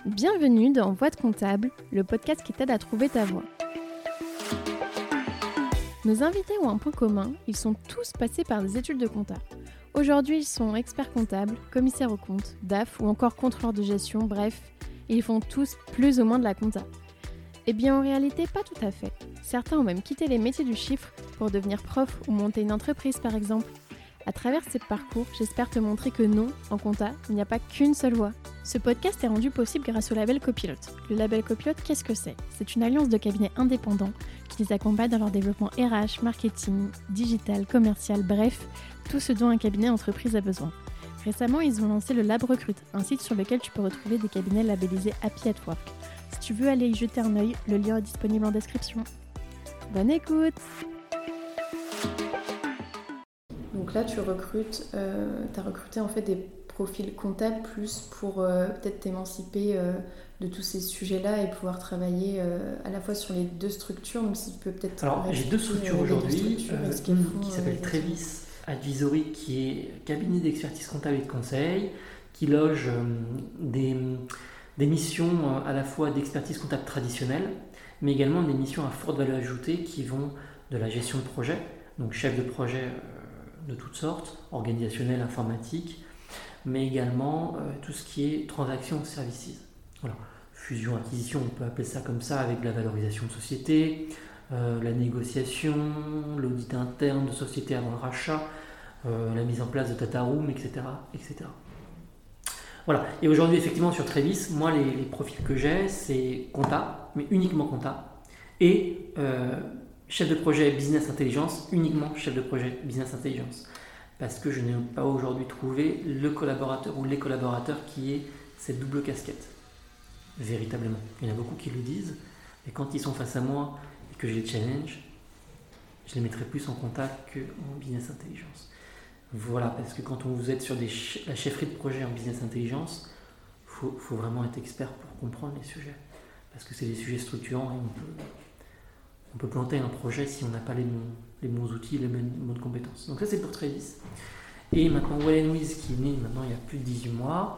Bienvenue dans Voix de comptable, le podcast qui t'aide à trouver ta voie. Nos invités ont un point commun, ils sont tous passés par des études de compta. Aujourd'hui, ils sont experts comptables, commissaires aux comptes, DAF ou encore contrôleurs de gestion, bref, ils font tous plus ou moins de la compta. Eh bien en réalité, pas tout à fait. Certains ont même quitté les métiers du chiffre pour devenir prof ou monter une entreprise par exemple. À travers ces parcours, j'espère te montrer que non, en compta, il n'y a pas qu'une seule voie. Ce podcast est rendu possible grâce au label Copilote. Le label Copilote, qu'est-ce que c'est ? C'est une alliance de cabinets indépendants qui les accompagne dans leur développement RH, marketing, digital, commercial, bref, tout ce dont un cabinet entreprise a besoin. Récemment, ils ont lancé le Lab Recrute, un site sur lequel tu peux retrouver des cabinets labellisés Happy at Work. Si tu veux aller y jeter un œil, le lien est disponible en description. Bonne écoute! Donc là, tu recrutes, tu as recruté en fait des profils comptables plus pour peut-être t'émanciper de tous ces sujets-là et pouvoir travailler à la fois sur les deux structures. Donc si tu peux peut-être... Alors j'ai deux structures aujourd'hui qui s'appellent Trevis Advisory, qui est cabinet d'expertise comptable et de conseil, qui loge des missions à la fois d'expertise comptable traditionnelle, mais également des missions à forte valeur ajoutée qui vont de la gestion de projet, donc chef de projet de toutes sortes, organisationnel, informatique, mais également tout ce qui est transactions services. Voilà. Fusion, acquisition, on peut appeler ça comme ça, avec la valorisation de société, la négociation, l'audit interne de société avant le rachat, la mise en place de data room, etc., etc. Voilà. Et aujourd'hui, effectivement, sur Trevis, moi, les profils que j'ai, c'est compta, mais uniquement compta, et chef de projet business intelligence, uniquement chef de projet business intelligence. Parce que je n'ai pas aujourd'hui trouvé le collaborateur ou les collaborateurs qui aient cette double casquette. Véritablement. Il y en a beaucoup qui le disent, et quand ils sont face à moi et que je les challenge, je les mettrai plus en contact qu'en business intelligence. Voilà, parce que quand vous êtes sur la chefferie de projet en business intelligence, il faut vraiment être expert pour comprendre les sujets. Parce que c'est des sujets structurants et on peut planter un projet si on n'a pas les bons outils, les bonnes compétences. Donc ça c'est pour Trevis. Et maintenant Well & Wiz qui est né maintenant il y a plus de 18 mois.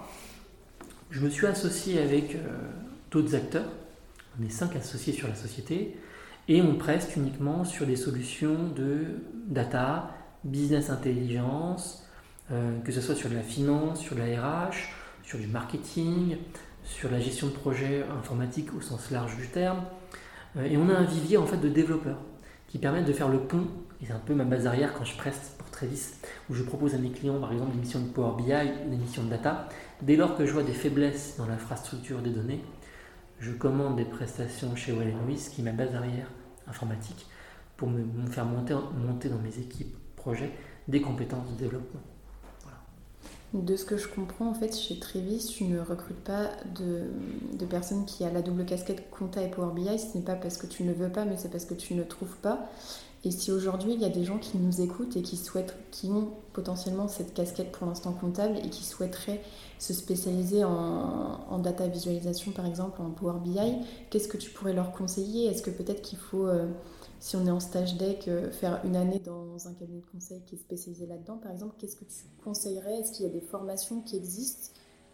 Je me suis associé avec d'autres acteurs. On est 5 associés sur la société. Et on preste uniquement sur des solutions de data, business intelligence, que ce soit sur de la finance, sur de la RH, sur du marketing, sur la gestion de projets informatiques au sens large du terme. Et on a un vivier en fait de développeurs qui permettent de faire le pont, et c'est un peu ma base arrière quand je preste pour Trevis, où je propose à mes clients par exemple des missions de Power BI, des missions de data. Dès lors que je vois des faiblesses dans l'infrastructure des données, je commande des prestations chez Well & Wiz, qui est ma base arrière informatique, pour me faire monter dans mes équipes projets des compétences de développement. Voilà. De ce que je comprends, en fait, chez Trevis, tu ne recrutes pas de personnes qui a la double casquette compta et Power BI. Ce n'est pas parce que tu ne veux pas, mais c'est parce que tu ne trouves pas. Et si aujourd'hui, il y a des gens qui nous écoutent et qui ont potentiellement cette casquette pour l'instant comptable et qui souhaiteraient se spécialiser en data visualisation, par exemple, en Power BI, qu'est-ce que tu pourrais leur conseiller ? Est-ce que peut-être qu'il faut, si on est en stage deck, faire une année dans un cabinet de conseil qui est spécialisé là-dedans, par exemple, qu'est-ce que tu conseillerais ? Est-ce qu'il y a des formations qui existent ?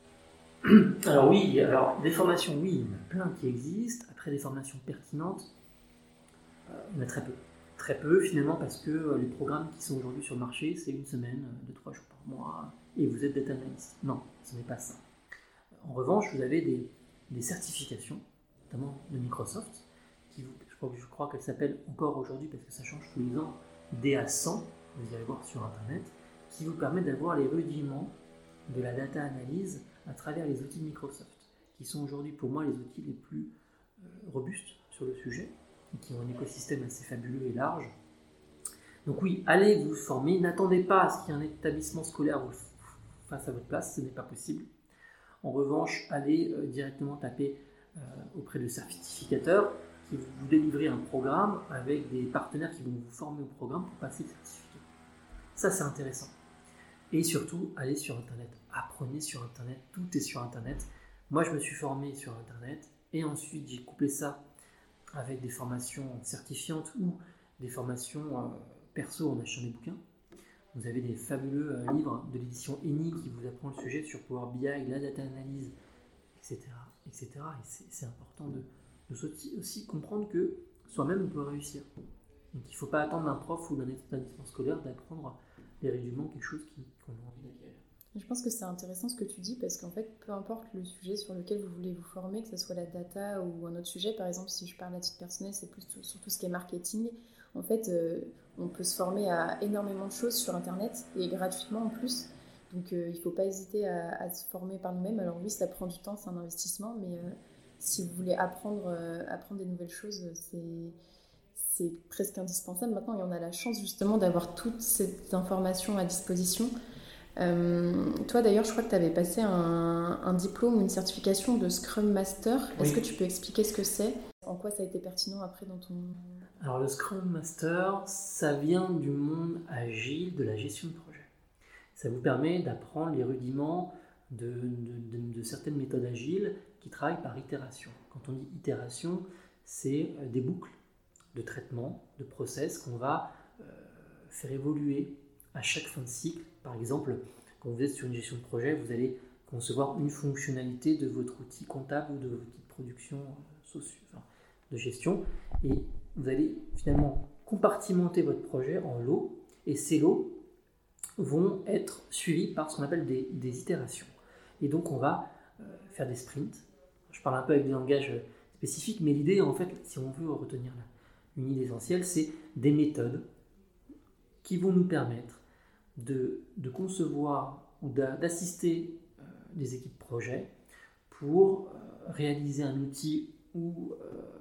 Alors oui, des formations, oui, il y en a plein qui existent. Après, des formations pertinentes, il y en a très peu. Très peu finalement, parce que les programmes qui sont aujourd'hui sur le marché, c'est une semaine, 2-3 jours par mois, et vous êtes data analyst. Non, ce n'est pas ça. En revanche, vous avez des certifications, notamment de Microsoft, je crois qu'elle s'appelle encore aujourd'hui, parce que ça change tous les ans, DA100, vous irez voir sur Internet, qui vous permet d'avoir les rudiments de la data analyse à travers les outils de Microsoft, qui sont aujourd'hui pour moi les outils les plus robustes sur le sujet, et qui ont un écosystème assez fabuleux et large. Donc oui, allez vous former, n'attendez pas à ce qu'il y ait un établissement scolaire vous fasse à votre place, ce n'est pas possible. En revanche, allez directement taper auprès de certificateurs qui vont vous délivrer un programme avec des partenaires qui vont vous former au programme pour passer le certificat. Ça, c'est intéressant. Et surtout, allez sur Internet. Apprenez sur Internet. Tout est sur Internet. Moi, je me suis formé sur Internet et ensuite, j'ai couplé ça avec des formations certifiantes ou des formations perso en achetant des bouquins. Vous avez des fabuleux livres de l'édition ENI qui vous apprend le sujet sur Power BI, la data analyse, etc. etc. Et c'est important de aussi comprendre que soi-même on peut réussir. Donc il ne faut pas attendre d'un prof ou d'un établissement scolaire d'apprendre les rudiments, quelque chose qu'on a envie d'acquérir. Je pense que c'est intéressant ce que tu dis parce qu'en fait, peu importe le sujet sur lequel vous voulez vous former, que ce soit la data ou un autre sujet, par exemple, si je parle à titre personnel, c'est plus sur tout ce qui est marketing. En fait, on peut se former à énormément de choses sur Internet et gratuitement en plus. Donc, il ne faut pas hésiter à se former par nous-mêmes. Alors oui, ça prend du temps, c'est un investissement, mais si vous voulez apprendre des nouvelles choses, c'est presque indispensable. Maintenant, et on a la chance justement d'avoir toutes ces informations à disposition. Toi d'ailleurs, je crois que tu avais passé un diplôme ou une certification de Scrum Master. Oui. Est-ce que tu peux expliquer ce que c'est ? En quoi ça a été pertinent après dans ton... Alors le Scrum Master, ça vient du monde agile, de la gestion de projet. Ça vous permet d'apprendre les rudiments de certaines méthodes agiles qui travaillent par itération. Quand on dit itération, c'est des boucles de traitement, de process qu'on va faire évoluer à chaque fin de cycle. Par exemple, quand vous êtes sur une gestion de projet, vous allez concevoir une fonctionnalité de votre outil comptable ou de votre outil de production de gestion, et vous allez finalement compartimenter votre projet en lots, et ces lots vont être suivis par ce qu'on appelle des itérations. Et donc on va faire des sprints. Je parle un peu avec des langages spécifiques, mais l'idée, en fait, si on veut retenir une idée essentielle, c'est des méthodes qui vont nous permettre de concevoir ou d'assister des équipes projet pour réaliser un outil ou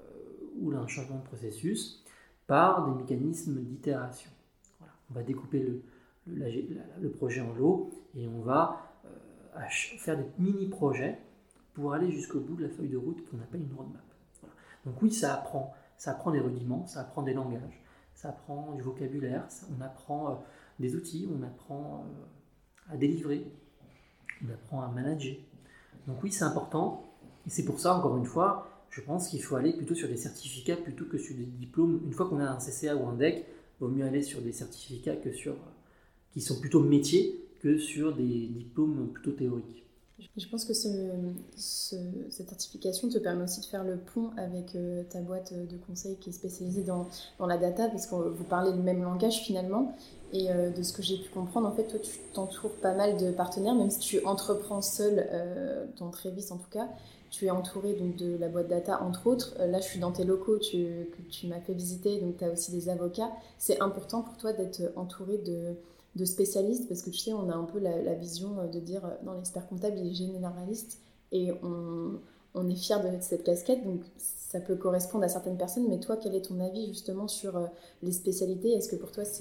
un changement de processus par des mécanismes d'itération. Voilà. On va découper le projet en lots et on va faire des mini-projets pour aller jusqu'au bout de la feuille de route qu'on appelle une roadmap. Voilà. Donc oui, ça apprend des rudiments, ça apprend des langages, ça apprend du vocabulaire, on apprend des outils, on apprend à délivrer, on apprend à manager. Donc oui, c'est important, et c'est pour ça, encore une fois, je pense qu'il faut aller plutôt sur des certificats plutôt que sur des diplômes. Une fois qu'on a un CCA ou un DEC, il vaut mieux aller sur des certificats qui sont plutôt métiers que sur des diplômes plutôt théoriques. Je pense que cette certification te permet aussi de faire le pont avec ta boîte de conseil qui est spécialisée dans la data, parce que vous parlez le même langage finalement. Et de ce que j'ai pu comprendre, en fait, toi, tu t'entoures pas mal de partenaires, même si tu entreprends seul, dans Trévis en tout cas. Tu es entouré donc, de la boîte data, entre autres. Là, je suis dans tes locaux que tu m'as fait visiter, donc tu as aussi des avocats. C'est important pour toi d'être entouré de spécialistes, parce que tu sais, on a un peu la vision de dire non, l'expert comptable il est généraliste et on est fier de cette casquette, donc ça peut correspondre à certaines personnes. Mais toi, quel est ton avis justement sur les spécialités ? Est-ce que pour toi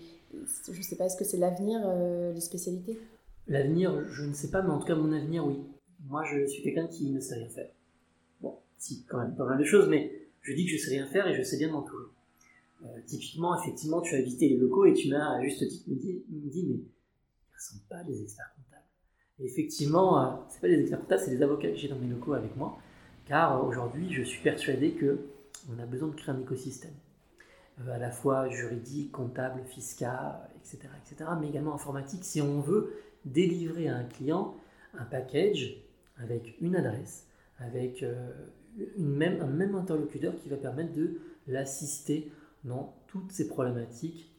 je sais pas, est-ce que c'est l'avenir, les spécialités ? L'avenir, je ne sais pas, mais en tout cas mon avenir, oui. Moi, je suis quelqu'un qui ne sait rien faire. Bon, si, quand même, pas mal de choses, mais je dis que je sais rien faire et je sais bien m'entourer. Typiquement, effectivement, tu as visité les locaux et tu m'as à juste titre me dit, mais ils ne sont pas des experts comptables. Et effectivement, c'est pas des experts comptables, c'est des avocats que j'ai dans mes locaux avec moi, car aujourd'hui, je suis persuadé qu'on a besoin de créer un écosystème, à la fois juridique, comptable, fiscal, etc., mais également informatique, si on veut délivrer à un client un package avec une adresse, avec un même interlocuteur qui va permettre de l'assister dans toutes ces problématiques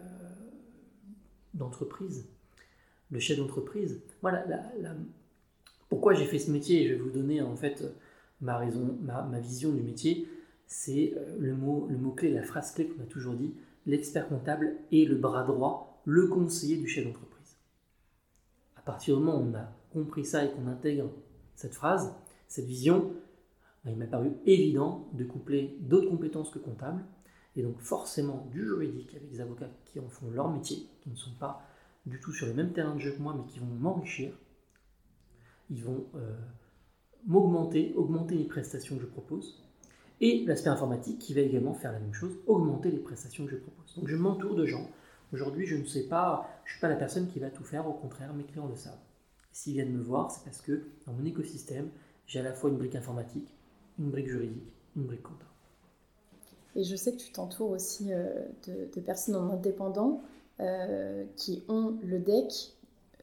d'entreprise, le chef d'entreprise. Voilà, pourquoi j'ai fait ce métier, et je vais vous donner en fait ma vision du métier, c'est le mot-clé, la phrase clé qu'on a toujours dit, l'expert comptable est le bras droit, le conseiller du chef d'entreprise. À partir du moment où on a compris ça et qu'on intègre cette phrase, cette vision, il m'a paru évident de coupler d'autres compétences que comptables, et donc forcément du juridique avec des avocats qui en font leur métier, qui ne sont pas du tout sur le même terrain de jeu que moi, mais qui vont m'enrichir. Ils vont augmenter les prestations que je propose, et l'aspect informatique qui va également faire la même chose, augmenter les prestations que je propose. Donc je m'entoure de gens. Aujourd'hui, je ne suis pas la personne qui va tout faire, au contraire, mes clients le savent. S'ils viennent me voir, c'est parce que dans mon écosystème, j'ai à la fois une brique informatique, une brique juridique, une brique comptable. Et je sais que tu t'entoures aussi de personnes en indépendant qui ont le DEC,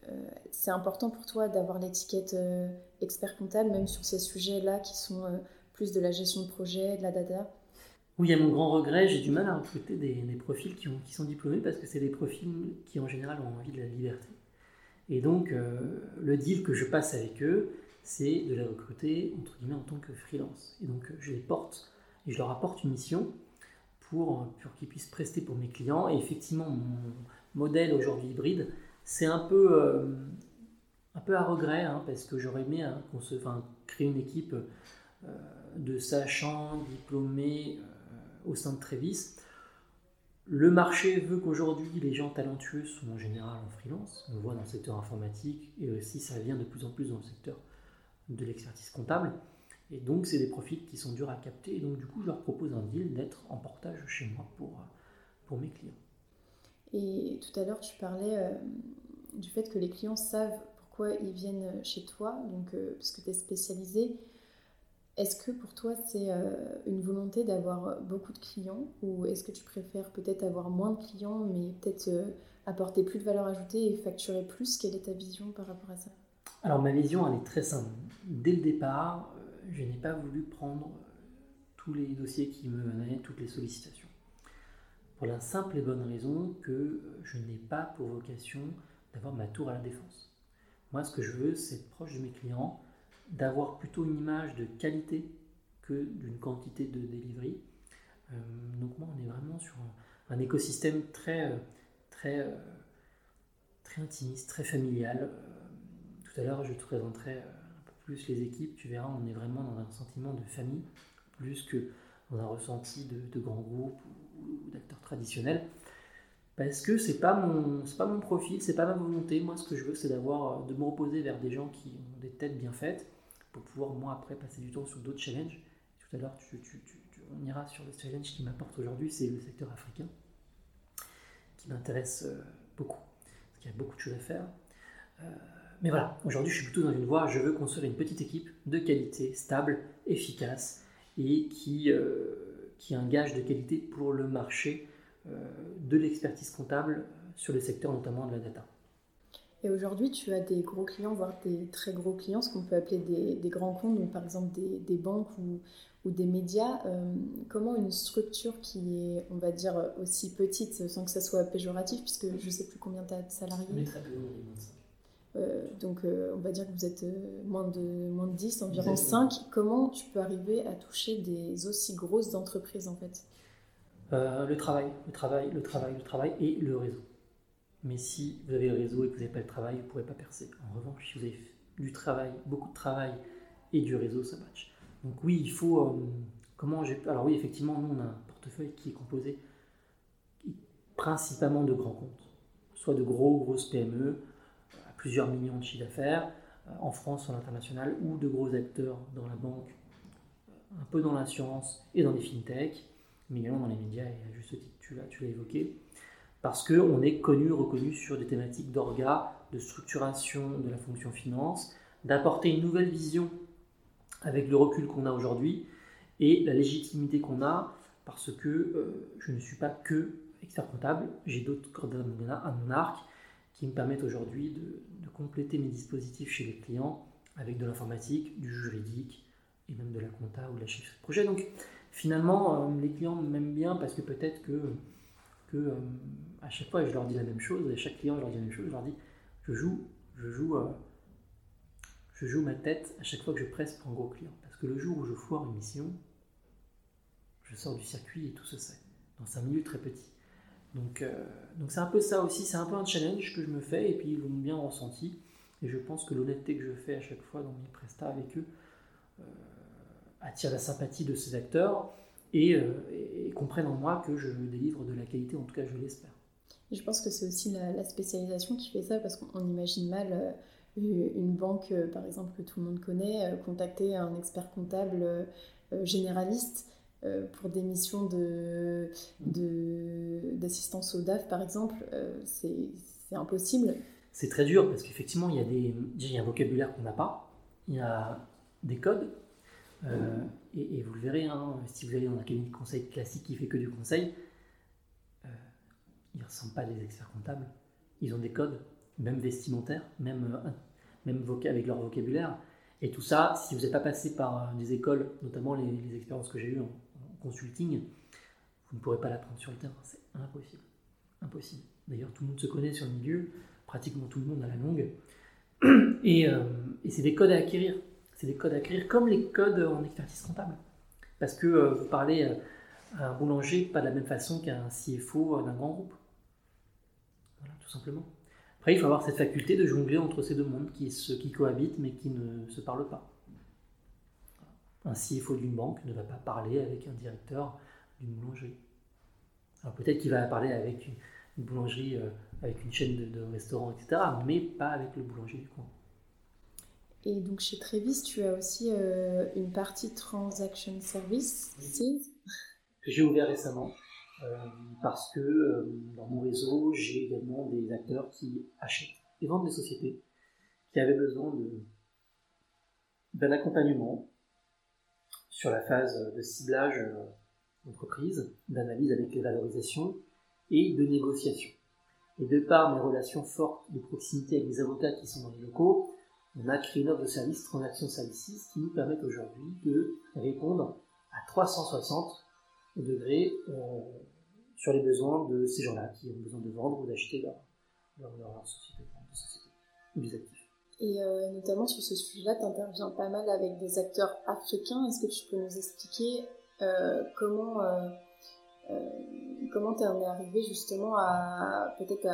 c'est important pour toi d'avoir l'étiquette expert comptable, même sur ces sujets-là qui sont plus de la gestion de projet, de la data? Oui, à mon grand regret, j'ai du mal à recruter des profils qui sont diplômés parce que c'est des profils qui en général ont envie de la liberté. Et donc, le deal que je passe avec eux, c'est de les recruter, entre guillemets, en tant que freelance. Et donc, je les porte et je leur apporte une mission pour qu'ils puissent prester pour mes clients. Et effectivement, mon modèle aujourd'hui hybride, c'est un peu à regret, parce que j'aurais aimé créer une équipe de sachants, diplômés au sein de Trévis. Le marché veut qu'aujourd'hui, les gens talentueux sont en général en freelance. On le voit dans le secteur informatique et aussi ça vient de plus en plus dans le secteur de l'expertise comptable. Et donc, c'est des profils qui sont durs à capter. Et donc, du coup, je leur propose un deal d'être en portage chez moi pour mes clients. Et tout à l'heure, tu parlais du fait que les clients savent pourquoi ils viennent chez toi, donc, parce que tu es spécialisé. Est-ce que pour toi, c'est une volonté d'avoir beaucoup de clients ou est-ce que tu préfères peut-être avoir moins de clients mais peut-être apporter plus de valeur ajoutée et facturer plus? Quelle est ta vision par rapport à ça? Alors, ma vision, elle est très simple. Dès le départ, je n'ai pas voulu prendre tous les dossiers qui me venaient, toutes les sollicitations. Pour la simple et bonne raison que je n'ai pas pour vocation d'avoir ma tour à la défense. Moi, ce que je veux, c'est être proche de mes clients, d'avoir plutôt une image de qualité que d'une quantité de delivery. Donc moi, on est vraiment sur un écosystème très intimiste, très familial. Tout à l'heure, je te présenterai un peu plus les équipes. Tu verras, on est vraiment dans un sentiment de famille, plus que dans un ressenti de grands groupes ou d'acteurs traditionnels. Parce que c'est pas mon profil, c'est pas ma volonté. Moi, ce que je veux, c'est de me reposer vers des gens qui ont des têtes bien faites pour pouvoir, moi, après, passer du temps sur d'autres challenges. Tout à l'heure, on ira sur le challenge qui m'apporte aujourd'hui, c'est le secteur africain, qui m'intéresse beaucoup, parce qu'il y a beaucoup de choses à faire. Mais voilà, aujourd'hui, je suis plutôt dans une voie, je veux construire une petite équipe de qualité, stable, efficace, et qui est un gage de qualité pour le marché de l'expertise comptable sur le secteur notamment de la data. Et aujourd'hui, tu as des gros clients, voire des très gros clients, ce qu'on peut appeler des grands comptes, donc par exemple des banques ou des médias. Comment une structure qui est, on va dire, aussi petite, sans que ça soit péjoratif, puisque je ne sais plus combien tu as de salariés. On est très peu, on est 25. Donc on va dire que vous êtes moins de 10, environ 5. Comment tu peux arriver à toucher des aussi grosses entreprises en fait? Le travail et le réseau. Mais si vous avez le réseau et que vous n'avez pas le travail, vous ne pourrez pas percer. En revanche, si vous avez du travail, beaucoup de travail et du réseau, ça match. Donc oui, il faut... Alors oui, effectivement, nous, on a un portefeuille qui est composé principalement de grands comptes. Soit de grosses PME, à plusieurs millions de chiffres d'affaires, en France ou à l'international, ou de gros acteurs dans la banque, un peu dans l'assurance et dans les fintechs, mais également dans les médias, et à juste titre, tu l'as évoqué. Parce qu'on est reconnu sur des thématiques d'orga, de structuration de la fonction finance, d'apporter une nouvelle vision avec le recul qu'on a aujourd'hui et la légitimité qu'on a, parce que je ne suis pas que expert comptable, j'ai d'autres cordes à mon arc qui me permettent aujourd'hui de compléter mes dispositifs chez les clients avec de l'informatique, du juridique et même de la compta ou de la chiffre de projet. Donc finalement, les clients m'aiment bien parce que peut-être que à chaque fois je leur dis la même chose, à chaque client je leur dis la même chose, je leur dis je joue ma tête à chaque fois que je presse pour un gros client, parce que le jour où je foire une mission, je sors du circuit et tout se sait, dans un milieu très petit. Donc c'est un peu ça aussi, c'est un peu un challenge que je me fais et puis ils l'ont bien ressenti, et je pense que l'honnêteté que je fais à chaque fois dans mes prestats avec eux attire la sympathie de ces acteurs et comprennent en moi que je délivre de la qualité, en tout cas je l'espère. Et je pense que c'est aussi la spécialisation qui fait ça, parce qu'on imagine mal une banque, par exemple, que tout le monde connaît, contacter un expert comptable généraliste pour des missions d'assistance au DAF, par exemple. C'est impossible. C'est très dur parce qu'effectivement, il y a un vocabulaire qu'on n'a pas, il y a des codes. Et vous le verrez, si vous allez dans un cabinet de conseil classique qui fait que du conseil, ils ne ressemblent pas à des experts comptables. Ils ont des codes, même vestimentaire, même avec leur vocabulaire. Et tout ça, si vous n'êtes pas passé par des écoles, notamment les expériences que j'ai eues en consulting, vous ne pourrez pas l'apprendre sur le terrain, c'est impossible. Impossible. D'ailleurs, tout le monde se connaît sur le milieu, pratiquement tout le monde à la longue. Et c'est des codes à acquérir. C'est des codes à acquérir comme les codes en expertise comptable. Parce que vous parlez à un boulanger pas de la même façon qu'à un CFO d'un grand groupe. Voilà, tout simplement. Après, il faut avoir cette faculté de jongler entre ces deux mondes qui cohabitent mais qui ne se parlent pas. Un CFO d'une banque ne va pas parler avec un directeur d'une boulangerie. Alors peut-être qu'il va parler avec une boulangerie, avec une chaîne de restaurants, etc., mais pas avec le boulanger du coin. Et donc chez Trévis, tu as aussi une partie Transaction Service, que j'ai ouvert récemment. Parce que dans mon réseau, j'ai également des acteurs qui achètent et vendent des sociétés qui avaient besoin d'un accompagnement sur la phase de ciblage d'entreprise, d'analyse avec les valorisations et de négociation. Et de par mes relations fortes de proximité avec les avocats qui sont dans les locaux, on a créé une offre de service Transaction Services qui nous permet aujourd'hui de répondre à 360 degrés sur les besoins de ces gens-là qui ont besoin de vendre ou d'acheter leur société, ou des actifs. Et notamment sur ce sujet-là, tu interviens pas mal avec des acteurs africains. Est-ce que tu peux nous expliquer comment tu en es arrivé justement à peut-être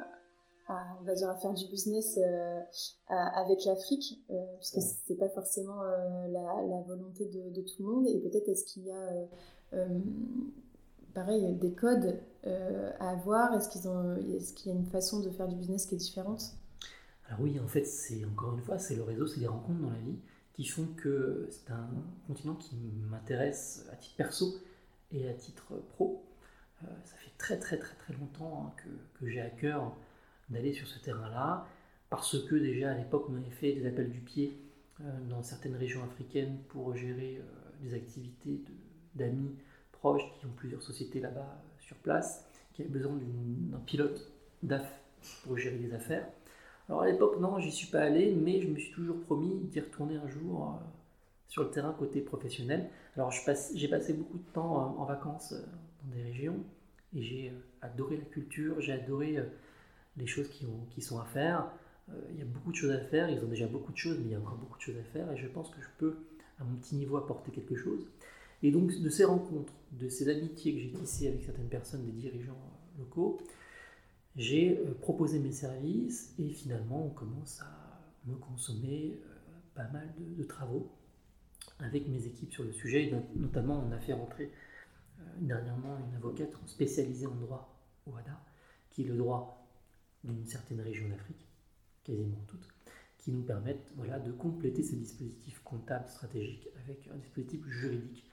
on va dire à faire du business avec l'Afrique, parce que c'est pas forcément la volonté de tout le monde, et peut-être est-ce qu'il y a pareil des codes à avoir, est-ce qu'il y a une façon de faire du business qui est différente? Alors oui, en fait, c'est encore une fois, c'est le réseau, c'est les rencontres dans la vie qui font que c'est un continent qui m'intéresse à titre perso et à titre pro. Ça fait très très très très longtemps que j'ai à cœur d'aller sur ce terrain-là, parce que déjà à l'époque on avait fait des appels du pied dans certaines régions africaines pour gérer des activités d'amis proches qui ont plusieurs sociétés là-bas sur place, qui avaient besoin d'un pilote d'AF pour gérer les affaires. Alors à l'époque, non, j'y suis pas allé, mais je me suis toujours promis d'y retourner un jour sur le terrain côté professionnel. Alors j'ai passé beaucoup de temps en vacances dans des régions et j'ai adoré la culture, j'ai adoré les choses qui sont à faire. Il y a beaucoup de choses à faire, ils ont déjà beaucoup de choses, mais il y a encore beaucoup de choses à faire et je pense que je peux, à mon petit niveau, apporter quelque chose. Et donc de ces rencontres, de ces amitiés que j'ai tissées avec certaines personnes, des dirigeants locaux, j'ai proposé mes services et finalement on commence à me consommer pas mal de travaux avec mes équipes sur le sujet. Et notamment on a fait rentrer dernièrement une avocate spécialisée en droit au HADA, qui est le droit d'une certaine région d'Afrique, quasiment toutes, qui nous permettent de compléter ces dispositifs comptables stratégiques avec un dispositif juridique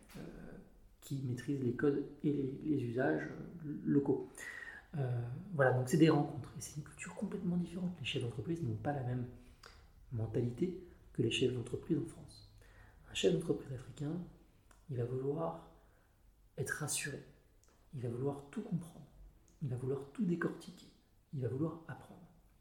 qui maîtrise les codes et les usages locaux. Donc c'est des rencontres et c'est une culture complètement différente. Les chefs d'entreprise n'ont pas la même mentalité que les chefs d'entreprise en France. Un chef d'entreprise africain, il va vouloir être rassuré, il va vouloir tout comprendre, il va vouloir tout décortiquer, il va vouloir apprendre.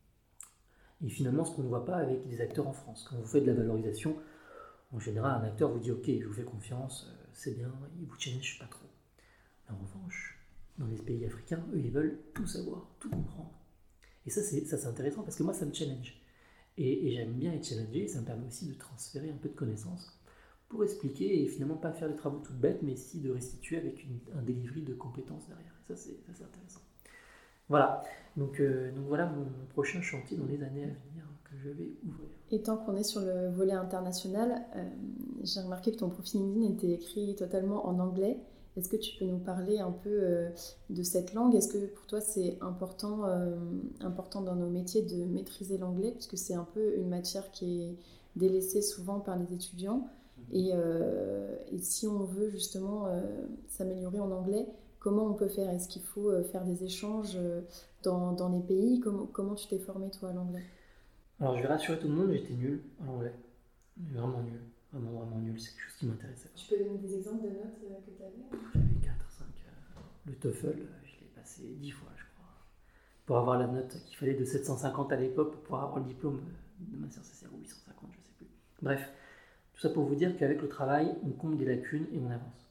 Et finalement, ce qu'on ne voit pas avec des acteurs en France, quand vous faites de la valorisation, en général, un acteur vous dit « Ok, je vous fais confiance, c'est bien, il vous challenge pas trop. » Mais en revanche, dans les pays africains, eux, ils veulent tout savoir, tout comprendre. Et ça, c'est intéressant parce que moi, ça me challenge. Et j'aime bien être challengé, et ça me permet aussi de transférer un peu de connaissances pour expliquer et finalement pas faire des travaux tout bêtes, mais aussi de restituer avec un delivery de compétences derrière. Et ça, c'est intéressant. Voilà. Donc voilà mon prochain chantier dans les années à venir que je vais ouvrir. Et tant qu'on est sur le volet international, j'ai remarqué que ton profil LinkedIn était écrit totalement en anglais. Est-ce que tu peux nous parler un peu de cette langue? Est-ce que pour toi c'est important dans nos métiers de maîtriser l'anglais, puisque c'est un peu une matière qui est délaissée souvent par les étudiants, et si on veut justement s'améliorer en anglais, comment on peut faire? Est-ce qu'il faut faire des échanges dans les pays? Comment tu t'es formé toi à l'anglais? Alors je vais rassurer tout le monde, j'étais nul en anglais, vraiment nul. Vraiment nul, c'est quelque chose qui m'intéressait. Tu peux donner des exemples de notes que tu avais? J'avais 4, 5. Le TOEFL, je l'ai passé 10 fois, je crois. pour avoir la note qu'il fallait de 750 à l'époque pour pouvoir avoir le diplôme de master CCR ou 850, je ne sais plus. Bref, tout ça pour vous dire qu'avec le travail, on comble des lacunes et on avance.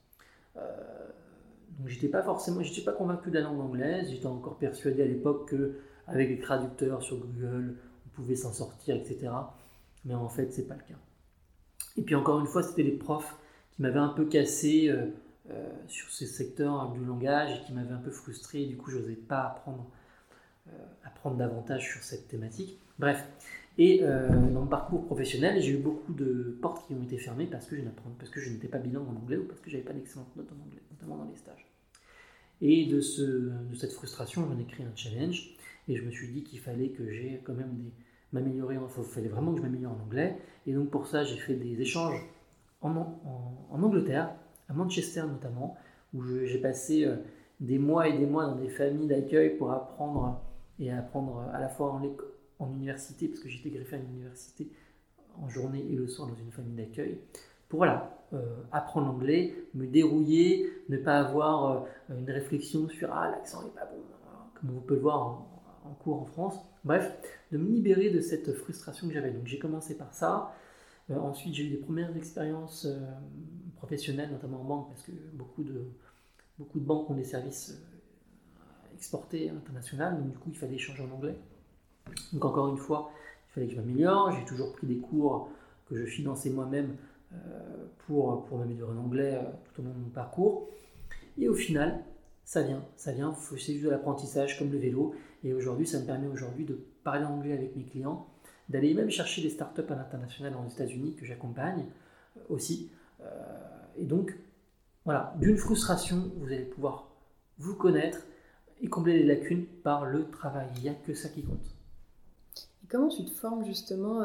Donc j'étais pas convaincu de la langue anglaise, j'étais encore persuadé à l'époque qu'avec les traducteurs sur Google, on pouvait s'en sortir, etc. Mais en fait, c'est pas le cas. Et puis encore une fois, c'était les profs qui m'avaient un peu cassé sur ces secteurs du langage et qui m'avaient un peu frustré. Du coup, je n'osais pas apprendre davantage sur cette thématique. Bref, et dans mon parcours professionnel, j'ai eu beaucoup de portes qui ont été fermées parce que je n'étais pas bilingue en anglais ou parce que j'avais pas d'excellentes notes en anglais, notamment dans les stages. Et de cette frustration, j'en ai créé un challenge et je me suis dit qu'il fallait que j'ai quand même m'améliorer, il fallait vraiment que je m'améliore en anglais. Et donc pour ça, j'ai fait des échanges en Angleterre, à Manchester notamment, où j'ai passé des mois et des mois dans des familles d'accueil pour apprendre à la fois en université, parce que j'étais greffé à une université en journée et le soir dans une famille d'accueil, pour apprendre l'anglais, me dérouiller, ne pas avoir une réflexion sur « Ah, l'accent n'est pas bon », comme on peut le voir en cours en France. Bref, de me libérer de cette frustration que j'avais. Donc j'ai commencé par ça. Ensuite, j'ai eu des premières expériences professionnelles, notamment en banque, parce que beaucoup de banques ont des services exportés internationaux, donc du coup, il fallait échanger en anglais. Donc encore une fois, il fallait que je m'améliore. J'ai toujours pris des cours que je finançais moi-même pour m'améliorer en anglais tout au long de mon parcours. Et au final, ça vient, c'est juste de l'apprentissage comme le vélo. Et aujourd'hui, ça me permet de parler anglais avec mes clients, d'aller même chercher des startups à l'international aux États-Unis que j'accompagne aussi. Et donc, voilà, d'une frustration, vous allez pouvoir vous connaître et combler les lacunes par le travail. Il n'y a que ça qui compte. Et comment tu te formes justement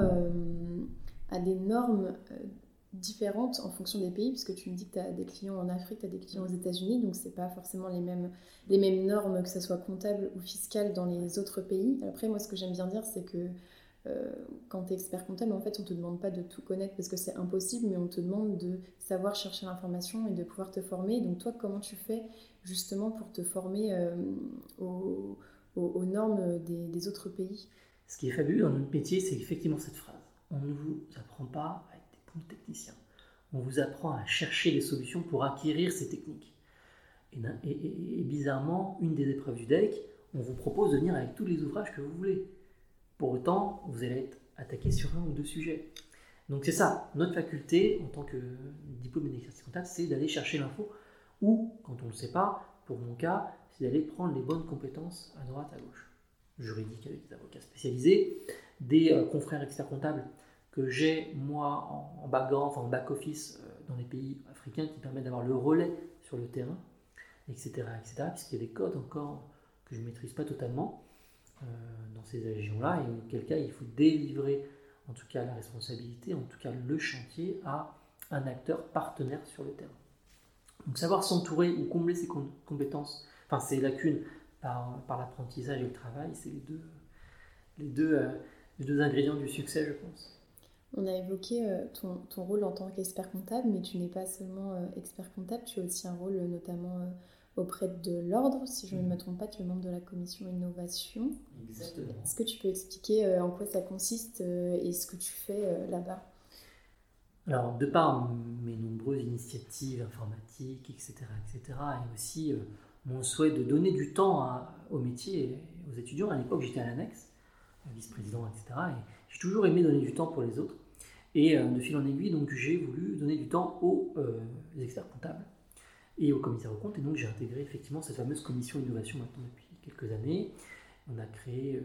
à des normes différentes en fonction des pays, puisque tu me dis que tu as des clients en Afrique, tu as des clients aux États-Unis, donc c'est pas forcément les mêmes normes, que ce soit comptable ou fiscale dans les autres pays. Après, moi, ce que j'aime bien dire, c'est que quand tu es expert comptable, en fait, on te demande pas de tout connaître parce que c'est impossible, mais on te demande de savoir chercher l'information et de pouvoir te former. Donc toi, comment tu fais justement pour te former aux normes des autres pays? Ce qui est fabuleux dans notre métier, c'est effectivement cette phrase. On ne vous apprend pas à être des bons techniciens. On vous apprend à chercher des solutions pour acquérir ces techniques. Et bizarrement, une des épreuves du DEC, on vous propose de venir avec tous les ouvrages que vous voulez. Pour autant, vous allez être attaqué sur un ou deux sujets. Donc c'est ça, notre faculté, en tant que diplômé d'exercice comptable, c'est d'aller chercher l'info, ou, quand on ne le sait pas, pour mon cas, c'est d'aller prendre les bonnes compétences à droite, à gauche. Juridique avec des avocats spécialisés, des confrères experts comptables que j'ai, moi, en back-office dans les pays africains qui permettent d'avoir le relais sur le terrain, etc., puisqu'il y a des codes encore que je ne maîtrise pas totalement dans ces régions-là, et auquel cas il faut délivrer en tout cas la responsabilité, en tout cas le chantier à un acteur partenaire sur le terrain. Donc savoir s'entourer ou combler ses compétences, enfin ses lacunes par l'apprentissage et le travail, c'est les deux ingrédients du succès, je pense. On a évoqué ton rôle en tant qu'expert comptable, mais tu n'es pas seulement expert comptable, tu as aussi un rôle notamment auprès de l'ordre, si je ne me trompe pas, tu es membre de la commission innovation. Exactement. Est-ce que tu peux expliquer en quoi ça consiste et ce que tu fais là-bas? Alors, de par mes nombreuses initiatives informatiques, etc., et aussi mon souhait de donner du temps au métier et aux étudiants, à l'époque j'étais à l'annexe, vice-président, etc., et j'ai toujours aimé donner du temps pour les autres. Et de fil en aiguille, donc j'ai voulu donner du temps aux experts comptables et aux commissaires aux comptes, et donc j'ai intégré effectivement cette fameuse commission innovation maintenant depuis quelques années. On a créé,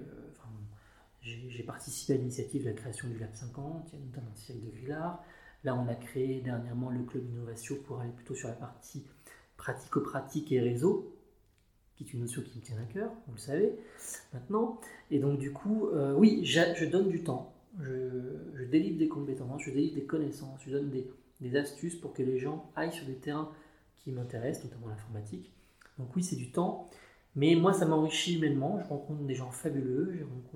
j'ai participé à l'initiative de la création du Lab 50, il y a notamment Cyril de Villard. Là, on a créé dernièrement le club innovation pour aller plutôt sur la partie pratico-pratique et réseau, qui est une notion qui me tient à cœur, vous le savez maintenant. Et donc du coup, oui, je donne du temps, je délivre des compétences, je délivre des connaissances, je donne des astuces pour que les gens aillent sur des terrains qui m'intéressent, notamment l'informatique. Donc oui, c'est du temps, mais moi ça m'enrichit humainement, je rencontre des gens fabuleux,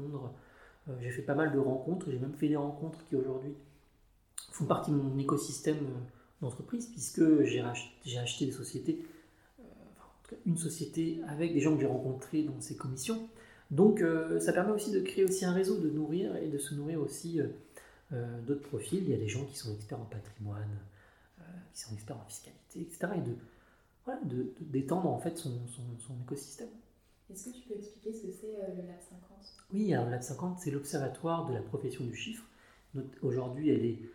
j'ai fait pas mal de rencontres, j'ai même fait des rencontres qui aujourd'hui font partie de mon écosystème d'entreprise, puisque j'ai acheté des sociétés, en tout cas une société avec des gens que j'ai rencontrés dans ces commissions, Donc ça permet aussi de créer aussi un réseau, de nourrir et de se nourrir aussi d'autres profils. Il y a des gens qui sont experts en patrimoine, qui sont experts en fiscalité, etc. Et d'étendre en fait son écosystème. Est-ce que tu peux expliquer ce que c'est le Lab 50 ? Oui, alors le Lab 50, c'est l'observatoire de la profession du chiffre. Aujourd'hui,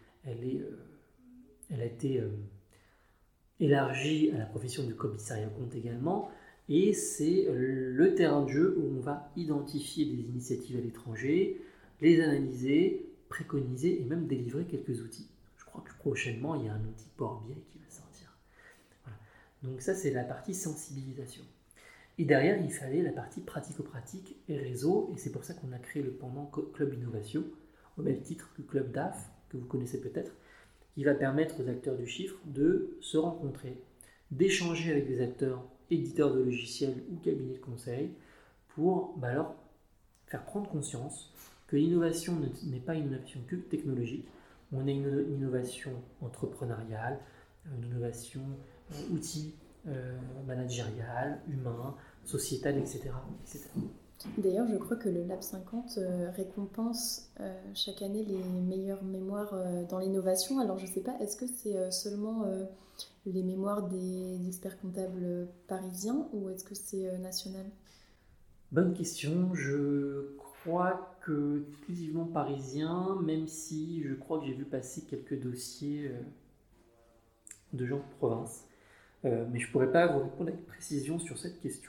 elle a été élargie à la profession du commissariat aux comptes également. Et c'est le terrain de jeu où on va identifier des initiatives à l'étranger, les analyser, préconiser et même délivrer quelques outils. Je crois que prochainement, il y a un outil Power BI qui va sortir. Voilà. Donc ça, c'est la partie sensibilisation. Et derrière, il fallait la partie pratico-pratique et réseau, et c'est pour ça qu'on a créé le pendant Club Innovation, au même titre que Club DAF, que vous connaissez peut-être, qui va permettre aux acteurs du chiffre de se rencontrer, d'échanger avec des acteurs éditeurs de logiciels ou cabinets de conseil pour leur faire prendre conscience que l'innovation n'est pas une innovation que technologique, on a une innovation entrepreneuriale, une innovation outil managériale, humain, sociétal, etc. D'ailleurs, je crois que le Lab 50 récompense chaque année les meilleures mémoires dans l'innovation. Alors, je ne sais pas, est-ce que c'est seulement les mémoires des experts comptables parisiens ou est-ce que c'est national ? Bonne question. Je crois que exclusivement parisien, même si je crois que j'ai vu passer quelques dossiers de gens de province. Mais je ne pourrais pas vous répondre avec précision sur cette question.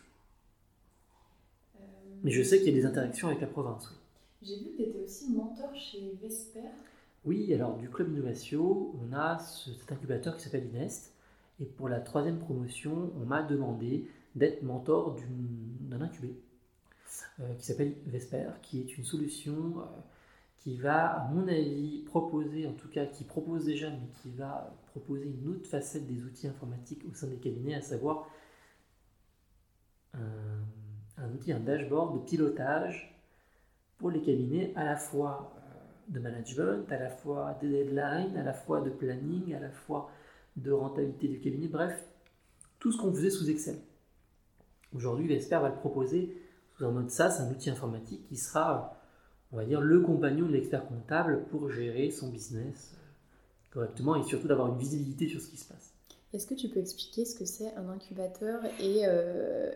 Mais je sais qu'il y a des interactions avec la province. Oui. J'ai vu que tu étais aussi mentor chez Vesper. Oui, alors du Club Innovation, on a cet incubateur qui s'appelle Inest. Et pour la 3e promotion, on m'a demandé d'être mentor d'un incubé qui s'appelle Vesper, qui est une solution qui va, à mon avis, proposer, en tout cas qui propose déjà, mais qui va proposer une autre facette des outils informatiques au sein des cabinets, à savoir un outil, un dashboard de pilotage pour les cabinets, à la fois de management, à la fois de deadline, à la fois de planning, à la fois de rentabilité du cabinet, bref, tout ce qu'on faisait sous Excel. Aujourd'hui, Vesper va le proposer sous un mode SaaS, un outil informatique qui sera, on va dire, le compagnon de l'expert comptable pour gérer son business correctement et surtout d'avoir une visibilité sur ce qui se passe. Est-ce que tu peux expliquer ce que c'est un incubateur et l'Inest ?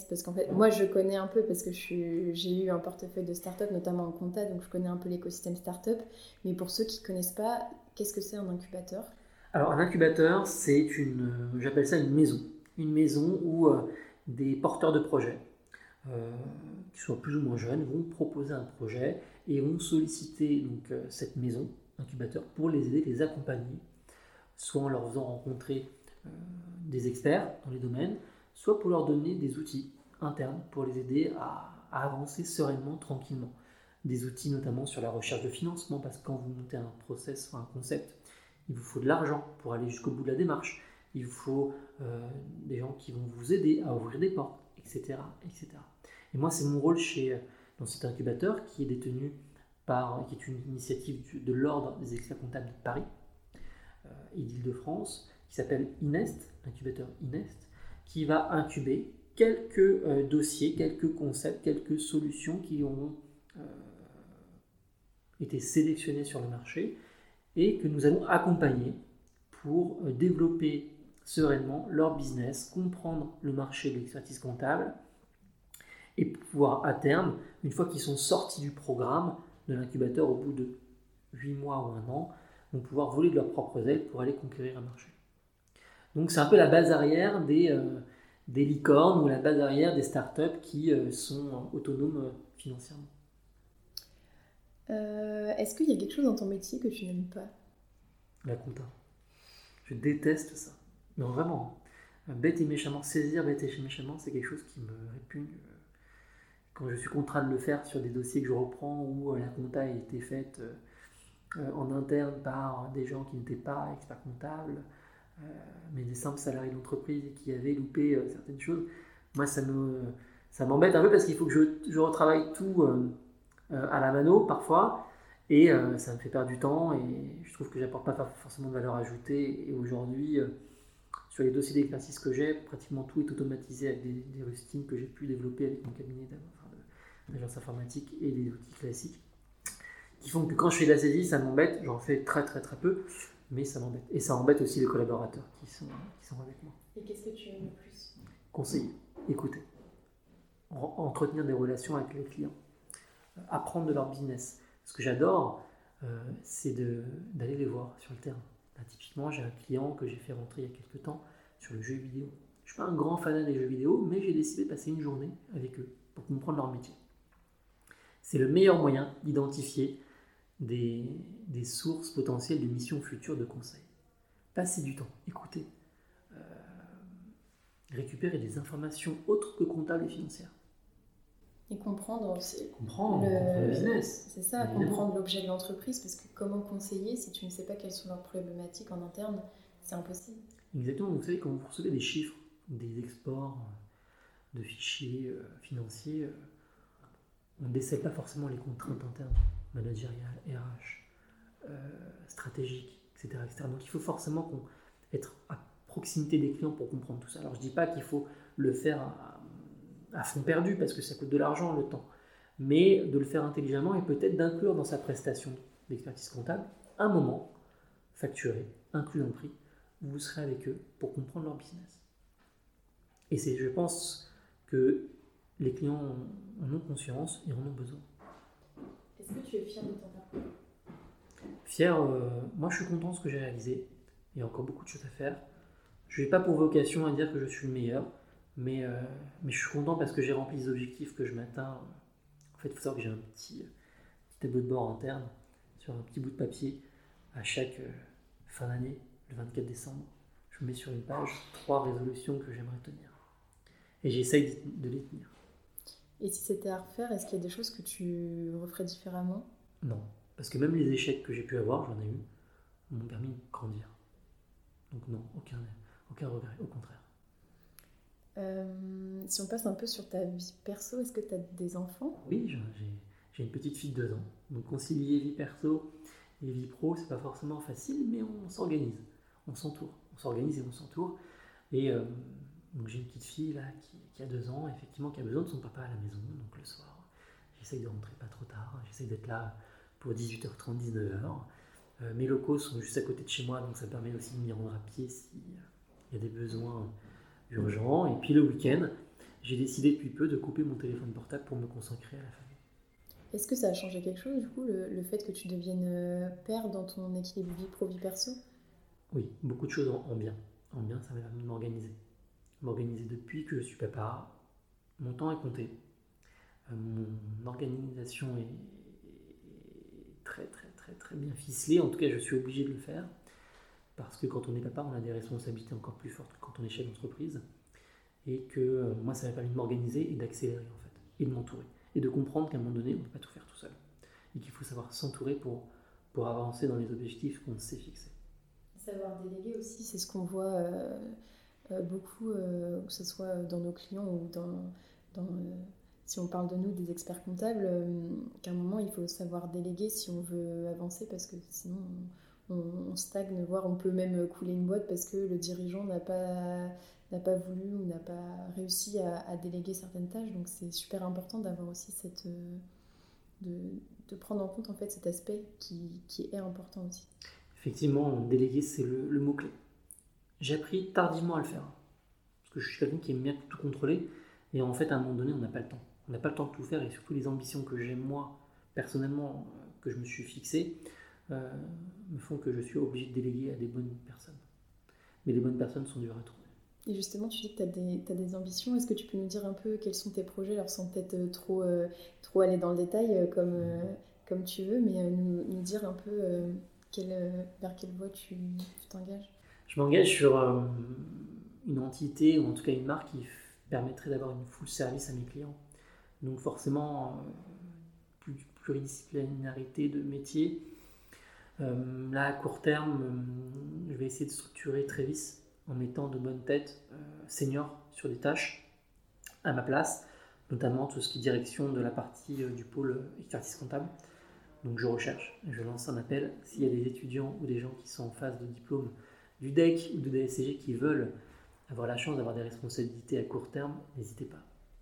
Parce qu'en fait, moi je connais un peu parce que j'ai eu un portefeuille de start-up, notamment en compta, donc je connais un peu l'écosystème start-up. Mais pour ceux qui ne connaissent pas, qu'est-ce que c'est un incubateur ? Alors un incubateur, c'est j'appelle ça une maison. Une maison où des porteurs de projets, qui soient plus ou moins jeunes, vont proposer un projet et vont solliciter donc, cette maison, incubateur, pour les aider, les accompagner, soit en leur faisant rencontrer des experts dans les domaines, soit pour leur donner des outils internes pour les aider à avancer sereinement, tranquillement. Des outils notamment sur la recherche de financement, parce que quand vous montez un process ou un concept, il vous faut de l'argent pour aller jusqu'au bout de la démarche. Il vous faut des gens qui vont vous aider à ouvrir des portes, etc. etc. Et moi, c'est mon rôle dans cet incubateur qui est détenu qui est une initiative de l'Ordre des experts comptables de Paris et d'Île-de-France, qui s'appelle Inest, incubateur Inest, qui va incuber quelques dossiers, quelques concepts, quelques solutions qui ont été sélectionnés sur le marché et que nous allons accompagner pour développer sereinement leur business, comprendre le marché de l'expertise comptable et pouvoir à terme, une fois qu'ils sont sortis du programme de l'incubateur au bout de 8 mois ou 1 an, vont pouvoir voler de leurs propres ailes pour aller conquérir un marché. Donc c'est un peu la base arrière des licornes ou la base arrière des startups qui sont autonomes financièrement. Est-ce qu'il y a quelque chose dans ton métier que tu n'aimes pas ? La compta. Je déteste ça. Non, vraiment. Bête et méchamment, saisir bête et méchamment, c'est quelque chose qui me répugne. Quand je suis contraint de le faire sur des dossiers que je reprends où la compta a été faite en interne par des gens qui n'étaient pas experts comptables, mais des simples salariés d'entreprise qui avaient loupé certaines choses, moi ça m'embête un peu parce qu'il faut que je retravaille tout à la mano parfois et ça me fait perdre du temps et je trouve que j'apporte pas forcément de valeur ajoutée. Et aujourd'hui, sur les dossiers d'expertise que j'ai, pratiquement tout est automatisé avec des rustines que j'ai pu développer avec mon cabinet d'agence informatique et des outils classiques, qui font que quand je fais de la saisie, ça m'embête. J'en fais très peu, mais ça m'embête. Et ça embête aussi les collaborateurs qui sont avec moi. Et qu'est-ce que tu aimes le plus ? Conseiller, écouter, entretenir des relations avec les clients, apprendre de leur business. Ce que j'adore, c'est d'aller les voir sur le terrain. Là, typiquement, j'ai un client que j'ai fait rentrer il y a quelques temps sur le jeu vidéo. Je ne suis pas un grand fanat des jeux vidéo, mais j'ai décidé de passer une journée avec eux pour comprendre leur métier. C'est le meilleur moyen d'identifier des sources potentielles de missions futures de conseil. Passer du temps, écouter, récupérer des informations autres que comptables et financières. Et comprendre le business. C'est ça, évidemment. Comprendre l'objet de l'entreprise, parce que comment conseiller si tu ne sais pas quelles sont leurs problématiques en interne, c'est impossible. Exactement, vous savez, quand vous recevez des chiffres, des exports de fichiers financiers, on ne décèle pas forcément les contraintes internes, managériales, RH, stratégiques, etc., etc. Donc il faut forcément être à proximité des clients pour comprendre tout ça. Alors je ne dis pas qu'il faut le faire à fond perdu parce que ça coûte de l'argent, le temps, mais de le faire intelligemment et peut-être d'inclure dans sa prestation d'expertise comptable un moment facturé, inclus dans le prix, où vous serez avec eux pour comprendre leur business. Et je pense que les clients en ont conscience et en ont besoin. Est-ce que tu es fier de ton parcours ? Fier, moi je suis content de ce que j'ai réalisé. Il y a encore beaucoup de choses à faire. Je n'ai pas pour vocation à dire que je suis le meilleur, mais je suis content parce que j'ai rempli les objectifs que je m'atteins. En fait, il faut savoir que j'ai un petit tableau de bord interne sur un petit bout de papier à chaque fin d'année, le 24 décembre. Je mets sur une page 3 résolutions que j'aimerais tenir. Et j'essaye de les tenir. Et si c'était à refaire, est-ce qu'il y a des choses que tu referais différemment ? Non, parce que même les échecs que j'ai pu avoir, j'en ai eu, m'ont permis de grandir. Donc non, aucun regret, au contraire. Si on passe un peu sur ta vie perso, est-ce que tu as des enfants ? Oui, j'ai une petite fille de 2 ans. Donc concilier vie perso et vie pro, c'est pas forcément facile, mais on s'organise, on s'entoure. On s'organise et on s'entoure. Et donc j'ai une petite fille là qui a 2 ans, effectivement, qui a besoin de son papa à la maison. Donc le soir, j'essaye de rentrer pas trop tard, j'essaye d'être là pour 18h30, 19h. Mes locaux sont juste à côté de chez moi, donc ça permet aussi de m'y rendre à pied s'il y a des besoins urgents. Et puis le week-end, j'ai décidé depuis peu de couper mon téléphone portable pour me consacrer à la famille. Est-ce que ça a changé quelque chose, du coup, le fait que tu deviennes père dans ton équilibre vie pro-vie perso ? Oui, beaucoup de choses en bien. En bien, ça m'a permis de m'organiser. M'organiser depuis que je suis papa. Mon temps est compté. Mon organisation est très bien ficelée. En tout cas, je suis obligé de le faire. Parce que quand on est papa, on a des responsabilités encore plus fortes que quand on est chef d'entreprise. Et que moi, ça m'a permis de m'organiser et d'accélérer, en fait. Et de m'entourer. Et de comprendre qu'à un moment donné, on ne peut pas tout faire tout seul. Et qu'il faut savoir s'entourer pour avancer dans les objectifs qu'on s'est fixés. Savoir déléguer aussi, c'est ce qu'on voit beaucoup, que ce soit dans nos clients ou si on parle de nous, des experts comptables, qu'à un moment, il faut savoir déléguer si on veut avancer, parce que sinon, on stagne, voire on peut même couler une boîte parce que le dirigeant n'a pas voulu ou n'a pas réussi à déléguer certaines tâches. Donc c'est super important d'avoir aussi de prendre en compte en fait cet aspect qui est important aussi. Effectivement, déléguer, c'est le mot-clé. J'ai appris tardivement à le faire. Parce que je suis quelqu'un qui aime bien tout contrôler. Et en fait, à un moment donné, on n'a pas le temps. On n'a pas le temps de tout faire. Et surtout, les ambitions que j'ai, moi, personnellement, que je me suis fixées, me font que je suis obligé de déléguer à des bonnes personnes. Mais les bonnes personnes sont dures à trouver. Et justement, tu dis que tu as des ambitions. Est-ce que tu peux nous dire un peu quels sont tes projets, alors sans peut-être trop aller dans le détail comme tu veux, mais nous dire un peu vers quelle voie tu t'engages ? Je m'engage sur une entité, ou en tout cas une marque qui permettrait d'avoir une full service à mes clients. Donc forcément, pluridisciplinarité de métier. Là, à court terme, je vais essayer de structurer Trévis en mettant de bonnes têtes seniors sur des tâches à ma place, notamment tout ce qui est direction de la partie du pôle expertise comptable. Donc je recherche, je lance un appel. S'il y a des étudiants ou des gens qui sont en phase de diplôme du DEC ou de DSCG qui veulent avoir la chance d'avoir des responsabilités à court terme, n'hésitez pas.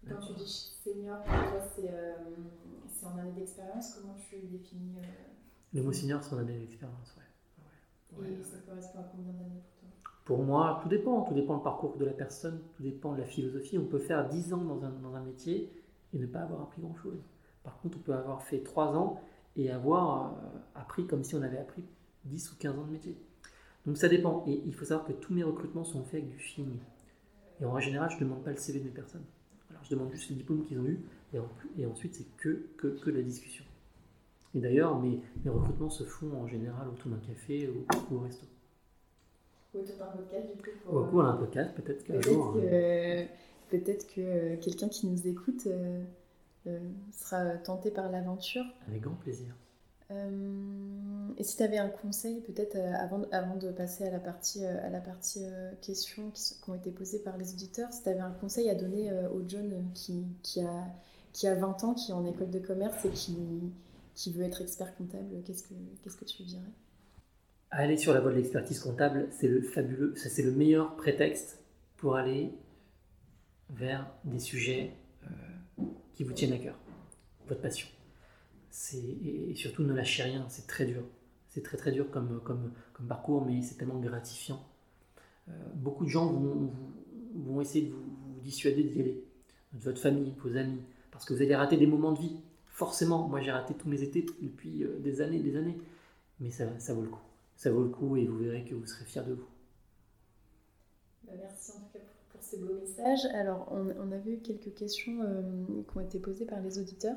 Quand tu dis senior, pour toi, c'est en année d'expérience. Comment tu définis Le mot senior, c'est en année d'expérience, ouais. Et ça correspond à combien d'années pour toi? Pour moi, tout dépend du parcours de la personne, tout dépend de la philosophie. On peut faire 10 ans dans un métier et ne pas avoir appris grand-chose. Par contre, on peut avoir fait 3 ans et avoir appris comme si on avait appris 10 ou 15 ans de métier. Donc ça dépend. Et il faut savoir que tous mes recrutements sont faits avec du feeling. Et en général, je ne demande pas le CV de mes personnes. Alors, je demande juste les diplômes qu'ils ont eus et ensuite, c'est que de la discussion. Et d'ailleurs, mes recrutements se font en général autour d'un café ou au resto. Autour d'un podcast, du coup. Autour d'un podcast, peut-être qu'un jour. Peut-être que quelqu'un qui nous écoute sera tenté par l'aventure. Avec grand plaisir. Et si tu avais un conseil, peut-être avant de passer à la partie questions qui ont été posées par les auditeurs, si tu avais un conseil à donner au John qui a 20 ans, qui est en école de commerce et qui veut être expert comptable, qu'est-ce que tu lui dirais? Aller sur la voie de l'expertise comptable, c'est le meilleur prétexte pour aller vers des sujets qui vous tiennent à cœur, votre passion. Et surtout, ne lâchez rien, c'est très dur. C'est très très dur comme parcours, mais c'est tellement gratifiant. Beaucoup de gens vont essayer de vous dissuader d'y aller, de votre famille, vos amis, parce que vous allez rater des moments de vie. Forcément, moi j'ai raté tous mes étés depuis des années, mais ça vaut le coup. Ça vaut le coup et vous verrez que vous serez fiers de vous. Merci en tout cas pour ces beaux messages. Alors, on avait eu quelques questions qui ont été posées par les auditeurs.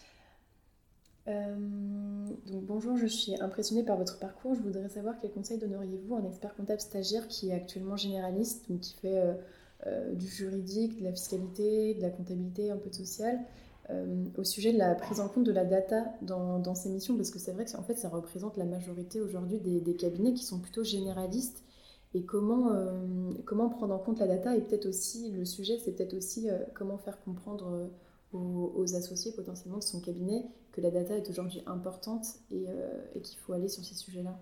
Donc bonjour, je suis impressionnée par votre parcours. Je voudrais savoir quels conseils donneriez-vous à un expert comptable stagiaire qui est actuellement généraliste, donc qui fait du juridique, de la fiscalité, de la comptabilité, un peu de social, au sujet de la prise en compte de la data dans ses missions, parce que c'est vrai que en fait, ça représente la majorité aujourd'hui des cabinets qui sont plutôt généralistes. Et comment prendre en compte la data, et peut-être aussi, le sujet, c'est peut-être aussi comment faire comprendre aux associés potentiellement de son cabinet que la data est aujourd'hui importante et qu'il faut aller sur ces sujets-là.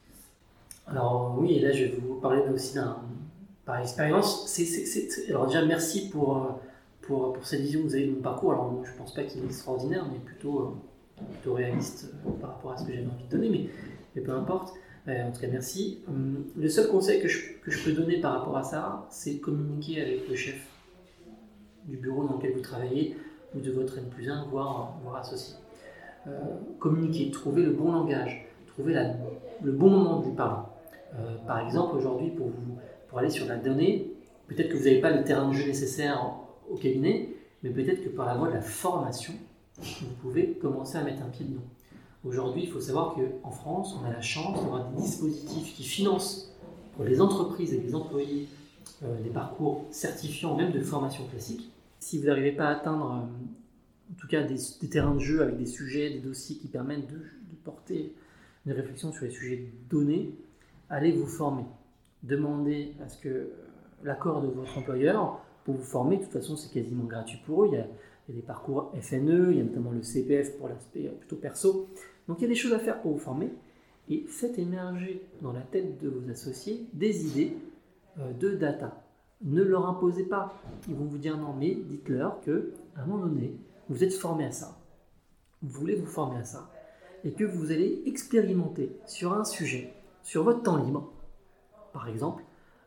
Alors oui, et là je vais vous parler aussi par expérience. Alors déjà merci pour cette vision que vous avez de mon parcours. Alors moi, je ne pense pas qu'il est extraordinaire, mais plutôt réaliste par rapport à ce que j'avais envie de donner, mais peu importe. En tout cas merci. Le seul conseil que je peux donner par rapport à ça, c'est communiquer avec le chef du bureau dans lequel vous travaillez ou de votre N+1, voire associé. Communiquer, trouver le bon langage, trouver le bon moment de lui parler. Par exemple, aujourd'hui, pour aller sur la donnée, peut-être que vous n'avez pas le terrain de jeu nécessaire au cabinet, mais peut-être que par la voie de la formation, vous pouvez commencer à mettre un pied dedans. Aujourd'hui, il faut savoir qu'en France, on a la chance d'avoir des dispositifs qui financent pour les entreprises et les employés des parcours certifiants, même de formation classique. Si vous n'arrivez pas à atteindre, en tout cas, des terrains de jeu avec des sujets, des dossiers qui permettent de porter une réflexion sur les sujets donnés, allez vous former. Demandez à ce que l'accord de votre employeur pour vous former. De toute façon, c'est quasiment gratuit pour eux. Il y a des parcours FNE, il y a notamment le CPF pour l'aspect plutôt perso. Donc il y a des choses à faire pour vous former. Et faites émerger dans la tête de vos associés des idées de data. Ne leur imposez pas. Ils vont vous dire non, mais dites-leur qu'à un moment donné, vous êtes formé à ça. Vous voulez vous former à ça. Et que vous allez expérimenter sur un sujet, sur votre temps libre, par exemple,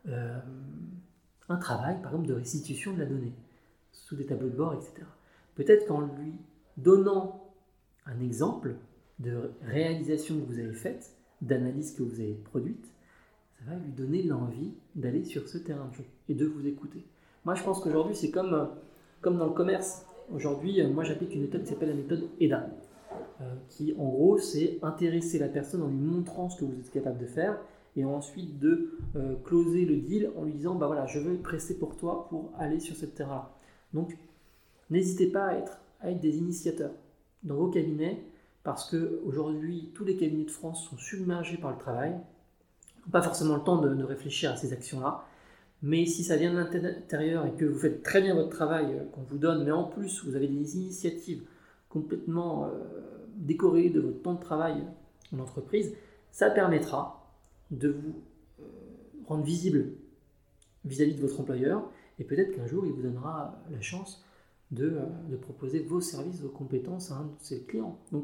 un travail, par exemple, de restitution de la donnée, sous des tableaux de bord, etc. Peut-être qu'en lui donnant un exemple de réalisation que vous avez faite, d'analyse que vous avez produite, ça va lui donner l'envie d'aller sur ce terrain de jeu et de vous écouter. Moi, je pense qu'aujourd'hui, c'est comme dans le commerce. Aujourd'hui, moi, j'applique une méthode qui s'appelle la méthode EDA, qui, en gros, c'est intéresser la personne en lui montrant ce que vous êtes capable de faire et ensuite de closer le deal en lui disant bah voilà, je veux presser pour toi pour aller sur ce terrain-là. Donc, n'hésitez pas à être des initiateurs dans vos cabinets parce qu'aujourd'hui, tous les cabinets de France sont submergés par le travail. Pas forcément le temps de réfléchir à ces actions-là, mais si ça vient de l'intérieur et que vous faites très bien votre travail qu'on vous donne, mais en plus vous avez des initiatives complètement décorrélées de votre temps de travail en entreprise, ça permettra de vous rendre visible vis-à-vis de votre employeur et peut-être qu'un jour il vous donnera la chance de proposer vos services, vos compétences à un de ces clients. Donc,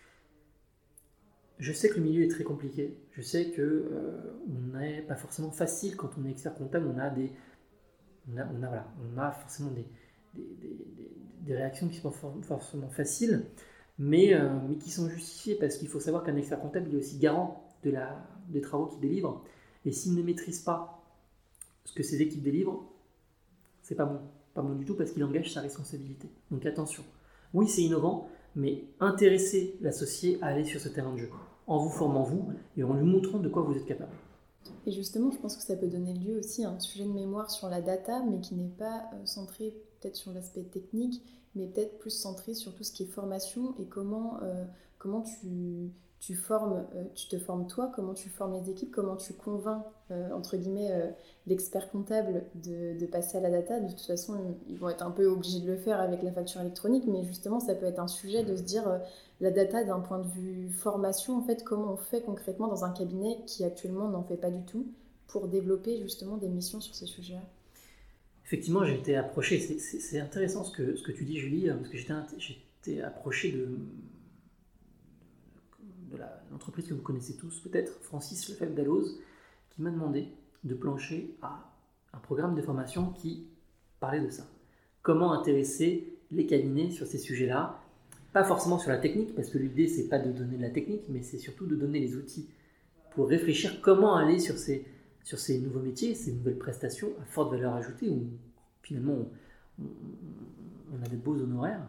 je sais que le milieu est très compliqué. Je sais que on n'est pas forcément facile quand on est expert comptable. On a forcément des réactions qui sont forcément faciles, mais qui sont justifiées parce qu'il faut savoir qu'un expert comptable il est aussi garant des travaux qu'il délivre. Et s'il ne maîtrise pas ce que ses équipes délivrent, c'est pas bon du tout parce qu'il engage sa responsabilité. Donc attention. Oui, c'est innovant, mais intéressez l'associé à aller sur ce terrain de jeu en vous formant vous et en lui montrant de quoi vous êtes capable. Et justement, je pense que ça peut donner lieu aussi à un sujet de mémoire sur la data, mais qui n'est pas centré peut-être sur l'aspect technique, mais peut-être plus centré sur tout ce qui est formation et comment tu te formes toi, comment tu formes les équipes, comment tu convaincs, entre guillemets, l'expert comptable de passer à la data. De toute façon, ils vont être un peu obligés de le faire avec la facture électronique, mais justement, ça peut être un sujet de se dire la data d'un point de vue formation, en fait, comment on fait concrètement dans un cabinet qui actuellement n'en fait pas du tout pour développer justement des missions sur ces sujets-là. Effectivement, j'ai été approché, c'est intéressant ce que tu dis Julie, parce que j'ai été approché de l'entreprise que vous connaissez tous, peut-être, Francis Lefebvre d'Alloz, qui m'a demandé de plancher à un programme de formation qui parlait de ça. Comment intéresser les cabinets sur ces sujets-là, pas forcément sur la technique, parce que l'idée, c'est pas de donner de la technique, mais c'est surtout de donner les outils pour réfléchir comment aller sur ces nouveaux métiers, ces nouvelles prestations à forte valeur ajoutée, où finalement on a des beaux honoraires.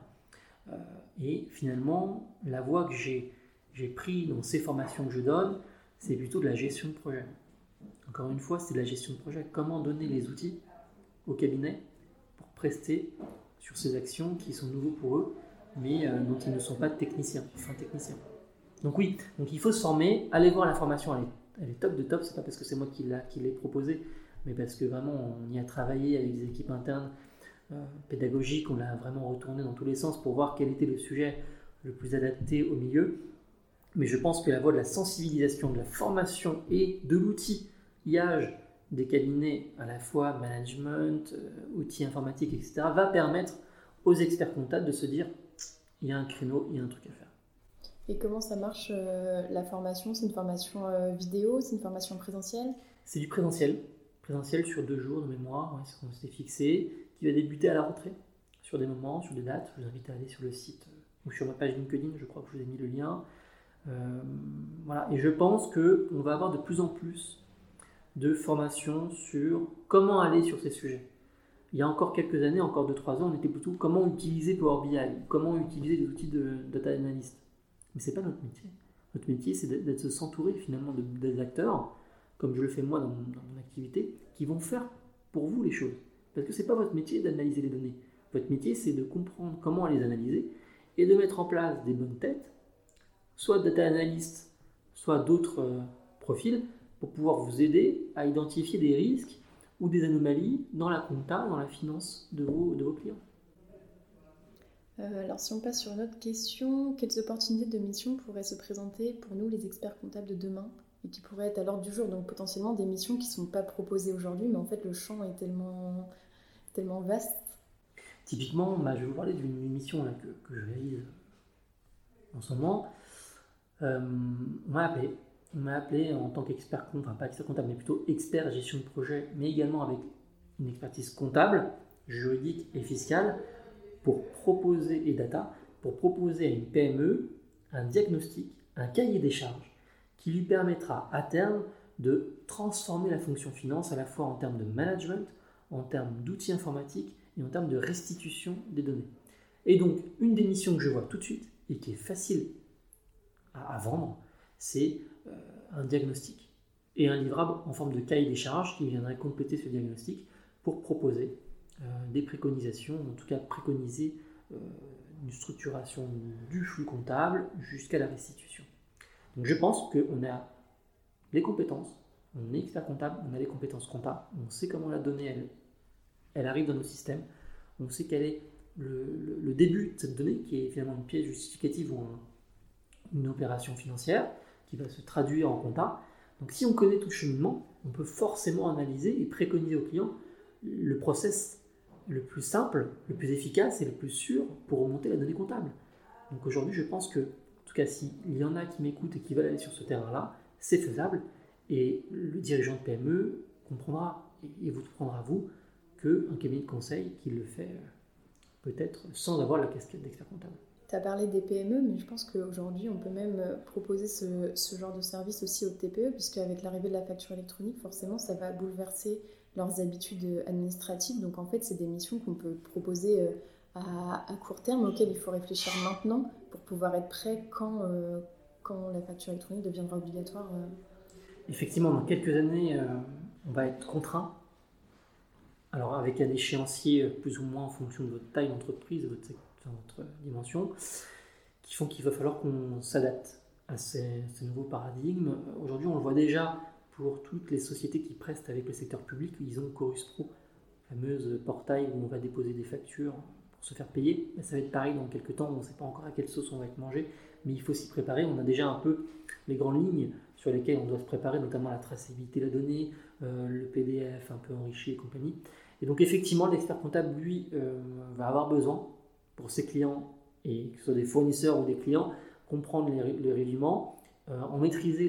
Et finalement, la voie que j'ai pris dans ces formations que je donne, c'est plutôt de la gestion de projet. Encore une fois, c'est de la gestion de projet. Comment donner les outils au cabinet pour prester sur ces actions qui sont nouveaux pour eux, mais dont ils ne sont pas techniciens. Donc oui, il faut se former, aller voir la formation, elle est top de top, c'est pas parce que c'est moi qui l'ai proposé, mais parce que vraiment on y a travaillé avec des équipes internes pédagogiques, on l'a vraiment retourné dans tous les sens pour voir quel était le sujet le plus adapté au milieu. Mais je pense que la voie de la sensibilisation, de la formation et de l'outillage des cabinets, à la fois management, outils informatiques, etc., va permettre aux experts comptables de se dire il y a un créneau, il y a un truc à faire. Et comment ça marche la formation ? C'est une formation vidéo, c'est une formation présentielle ? C'est du présentiel sur 2 jours de mémoire, c'est ce qu'on s'est fixé, qui va débuter à la rentrée, sur des moments, sur des dates. Je vous invite à aller sur le site ou sur ma page LinkedIn, je crois que je vous ai mis le lien. Voilà. Et je pense qu'on va avoir de plus en plus de formations sur comment aller sur ces sujets. Il y a encore quelques années, encore 2-3 ans, on était plutôt comment utiliser Power BI, comment utiliser des outils de data analyst. Mais c'est pas notre métier. Notre métier, c'est d'être de s'entourer finalement des acteurs, comme je le fais moi dans mon activité, qui vont faire pour vous les choses. Parce que c'est pas votre métier d'analyser les données. Votre métier, c'est de comprendre comment les analyser et de mettre en place des bonnes têtes, soit data analyst, soit d'autres profils, pour pouvoir vous aider à identifier des risques ou des anomalies dans la compta, dans la finance de vos clients. Alors si on passe sur une autre question, quelles opportunités de mission pourraient se présenter pour nous les experts comptables de demain et qui pourraient être à l'ordre du jour, donc potentiellement des missions qui ne sont pas proposées aujourd'hui, mais en fait le champ est tellement vaste. Typiquement, je vais vous parler d'une mission là, que je réalise en ce moment. On m'a appelé en tant qu'expert comptable, enfin pas expert comptable, mais plutôt expert gestion de projet, mais également avec une expertise comptable, juridique et fiscale, pour proposer à une PME un diagnostic, un cahier des charges qui lui permettra à terme de transformer la fonction finance à la fois en termes de management, en termes d'outils informatiques et en termes de restitution des données. Et donc, une des missions que je vois tout de suite et qui est facile à vendre, c'est un diagnostic et un livrable en forme de cahier des charges qui viendrait compléter ce diagnostic pour proposer des préconisations, en tout cas préconiser une structuration du flux comptable jusqu'à la restitution. Donc je pense qu'on a les compétences, on est expert comptable, on a les compétences comptables, on sait comment la donnée elle arrive dans nos systèmes, on sait quel est le début de cette donnée qui est finalement une pièce justificative ou une opération financière qui va se traduire en compta. Donc si on connaît tout le cheminement, on peut forcément analyser et préconiser au client le process le plus simple, le plus efficace et le plus sûr pour remonter la donnée comptable. Donc aujourd'hui, je pense que, en tout cas, s'il y en a qui m'écoutent et qui veulent aller sur ce terrain-là, c'est faisable. Et le dirigeant de PME comprendra et vous prendra, vous, qu'un cabinet de conseil qui le fait peut-être sans avoir la casquette d'expert comptable. Tu as parlé des PME, mais je pense qu'aujourd'hui, on peut même proposer ce genre de service aussi aux TPE, puisque avec l'arrivée de la facture électronique, forcément, ça va bouleverser leurs habitudes administratives. Donc en fait, c'est des missions qu'on peut proposer à court terme, auxquelles il faut réfléchir maintenant pour pouvoir être prêt quand la facture électronique deviendra obligatoire. Effectivement, dans quelques années, on va être contraint. Alors avec un échéancier plus ou moins en fonction de votre taille d'entreprise, de votre dimension, qui font qu'il va falloir qu'on s'adapte à ces nouveaux paradigmes. Aujourd'hui, on le voit déjà pour toutes les sociétés qui prestent avec le secteur public. Ils ont Chorus Pro, fameuse portail où on va déposer des factures pour se faire payer. Ça va être pareil dans quelques temps, on ne sait pas encore à quelle sauce on va être mangé, mais il faut s'y préparer. On a déjà un peu les grandes lignes sur lesquelles on doit se préparer, notamment la traçabilité de la donnée, le PDF un peu enrichi et compagnie. Et donc effectivement, l'expert comptable, lui, va avoir besoin, pour ses clients, et que ce soit des fournisseurs ou des clients, comprendre les rudiments, en maîtriser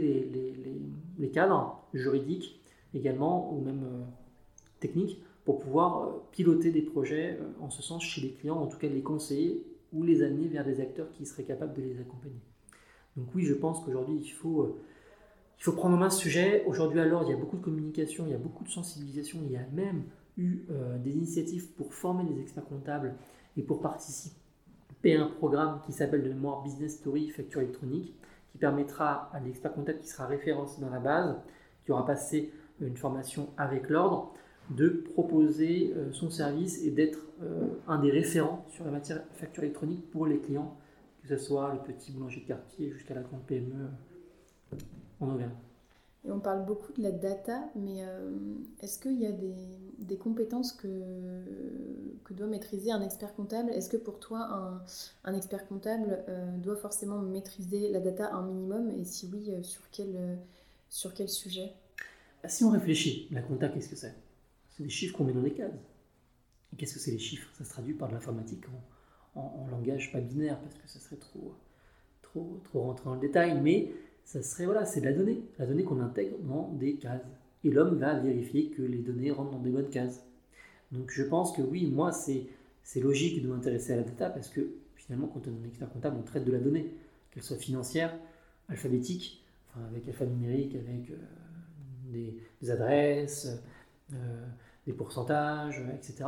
les cadres juridiques également, ou même techniques, pour pouvoir piloter des projets en ce sens chez les clients, en tout cas les conseiller ou les amener vers des acteurs qui seraient capables de les accompagner. Donc oui, je pense qu'aujourd'hui, il faut prendre en main ce sujet. Aujourd'hui, alors, il y a beaucoup de communication, il y a beaucoup de sensibilisation, il y a même eu des initiatives pour former les experts comptables et pour participer à un programme qui s'appelle de mémoire Business Story Facture électronique, qui permettra à l'expert comptable qui sera référencé dans la base, qui aura passé une formation avec l'ordre, de proposer son service et d'être un des référents sur la matière facture électronique pour les clients, que ce soit le petit boulanger de quartier jusqu'à la grande PME en Auvergne. Et on parle beaucoup de la data, mais est-ce qu'il y a des compétences que doit maîtriser un expert comptable ? Est-ce que pour toi, un expert comptable doit forcément maîtriser la data un minimum ? Et si oui, sur quel sujet ? Si on réfléchit, la compta, qu'est-ce que c'est ? C'est des chiffres qu'on met dans des cases. Et qu'est-ce que c'est les chiffres ? Ça se traduit par de l'informatique en langage pas binaire, parce que ça serait trop rentrer dans le détail, mais ça serait, c'est de la donnée qu'on intègre dans des cases. Et l'homme va vérifier que les données rentrent dans des bonnes cases. Donc je pense que oui, moi c'est logique de m'intéresser à la data, parce que finalement quand on est un expert comptable, on traite de la donnée, qu'elle soit financière, alphabétique, avec alphanumérique, avec des adresses, des pourcentages, etc.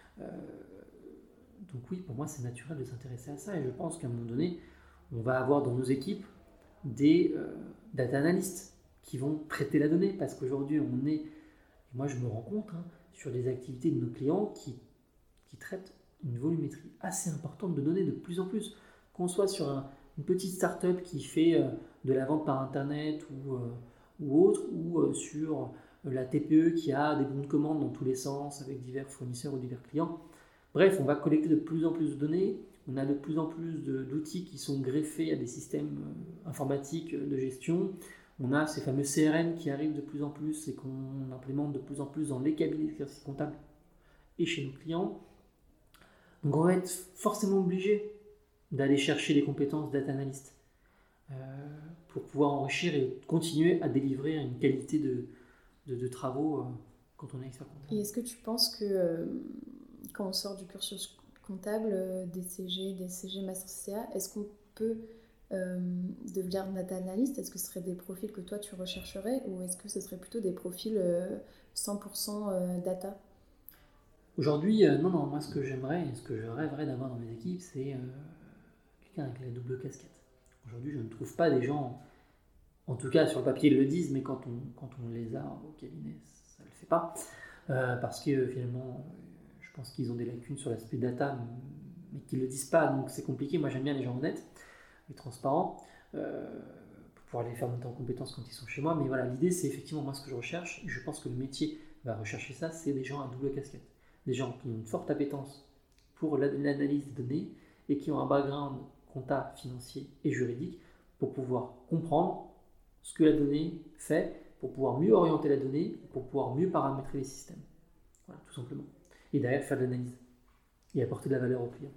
Donc oui, pour moi c'est naturel de s'intéresser à ça, et je pense qu'à un moment donné, on va avoir dans nos équipes des data analystes qui vont traiter la donnée, parce qu'aujourd'hui on est, et moi je me rends compte, sur les activités de nos clients qui traitent une volumétrie assez importante de données de plus en plus, qu'on soit sur une petite start-up qui fait de la vente par internet ou autre, ou sur la TPE qui a des bons de commande dans tous les sens avec divers fournisseurs ou divers clients. Bref, on va collecter de plus en plus de données. On a de plus en plus d'outils qui sont greffés à des systèmes informatiques de gestion. On a ces fameux CRM qui arrivent de plus en plus et qu'on implémente de plus en plus dans les cabinets d'exercice comptable et chez nos clients. Donc on va être forcément obligé d'aller chercher des compétences data analyst pour pouvoir enrichir et continuer à délivrer une qualité de travaux quand on est expert comptable. Et est-ce que tu penses que quand on sort du cursus comptable, DCG, Master CA, est-ce qu'on peut devenir data analyst ? Est-ce que ce serait des profils que toi tu rechercherais, ou est-ce que ce serait plutôt des profils 100% data ? Aujourd'hui, non, moi ce que j'aimerais et ce que je rêverais d'avoir dans mes équipes, c'est quelqu'un avec la double casquette. Aujourd'hui, je ne trouve pas des gens, en tout cas sur le papier ils le disent, mais quand on les a au cabinet, ça ne le fait pas, parce que finalement, je pense qu'ils ont des lacunes sur l'aspect data, mais qu'ils ne le disent pas, donc c'est compliqué. Moi j'aime bien les gens honnêtes et transparents, pour pouvoir les faire monter en compétences quand ils sont chez moi, mais voilà, l'idée c'est effectivement moi ce que je recherche, et je pense que le métier va rechercher ça, c'est des gens à double casquette. Des gens qui ont une forte appétence pour l'analyse des données et qui ont un background comptable, financier et juridique pour pouvoir comprendre ce que la donnée fait, pour pouvoir mieux orienter la donnée, pour pouvoir mieux paramétrer les systèmes. Voilà, tout simplement. et derrière faire de l'analyse et apporter de la valeur au client.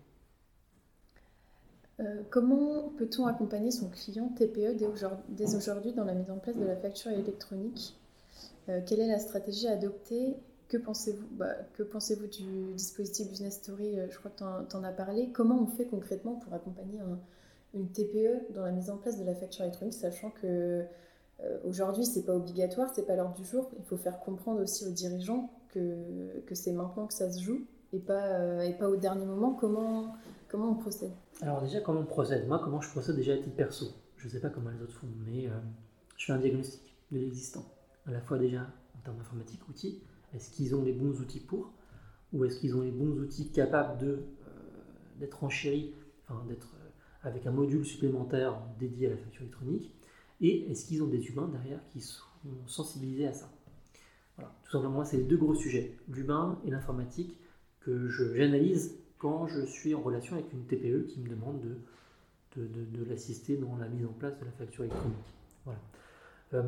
Comment peut-on accompagner son client TPE dès aujourd'hui dans la mise en place de la facture électronique ? Quelle est la stratégie à adopter ? Que pensez-vous du dispositif Business Story ? Je crois que tu en as parlé. Comment on fait concrètement pour accompagner une TPE dans la mise en place de la facture électronique, sachant que aujourd'hui, c'est pas obligatoire, c'est pas l'ordre du jour. Il faut faire comprendre aussi aux dirigeants que c'est maintenant que ça se joue et pas au dernier moment. Comment on procède ? Alors déjà, comment on procède ? Moi, comment je procède déjà à titre perso ? Je ne sais pas comment les autres font, mais je fais un diagnostic de l'existant. À la fois déjà en termes d'informatique, outils. Est-ce qu'ils ont les bons outils pour ? Ou est-ce qu'ils ont les bons outils capables d'être enchéris, d'être avec un module supplémentaire dédié à la facture électronique ? Et est-ce qu'ils ont des humains derrière qui sont sensibilisés à ça ? Voilà, tout simplement, c'est les deux gros sujets, l'humain et l'informatique, que j'analyse quand je suis en relation avec une TPE qui me demande de l'assister dans la mise en place de la facture électronique. Voilà.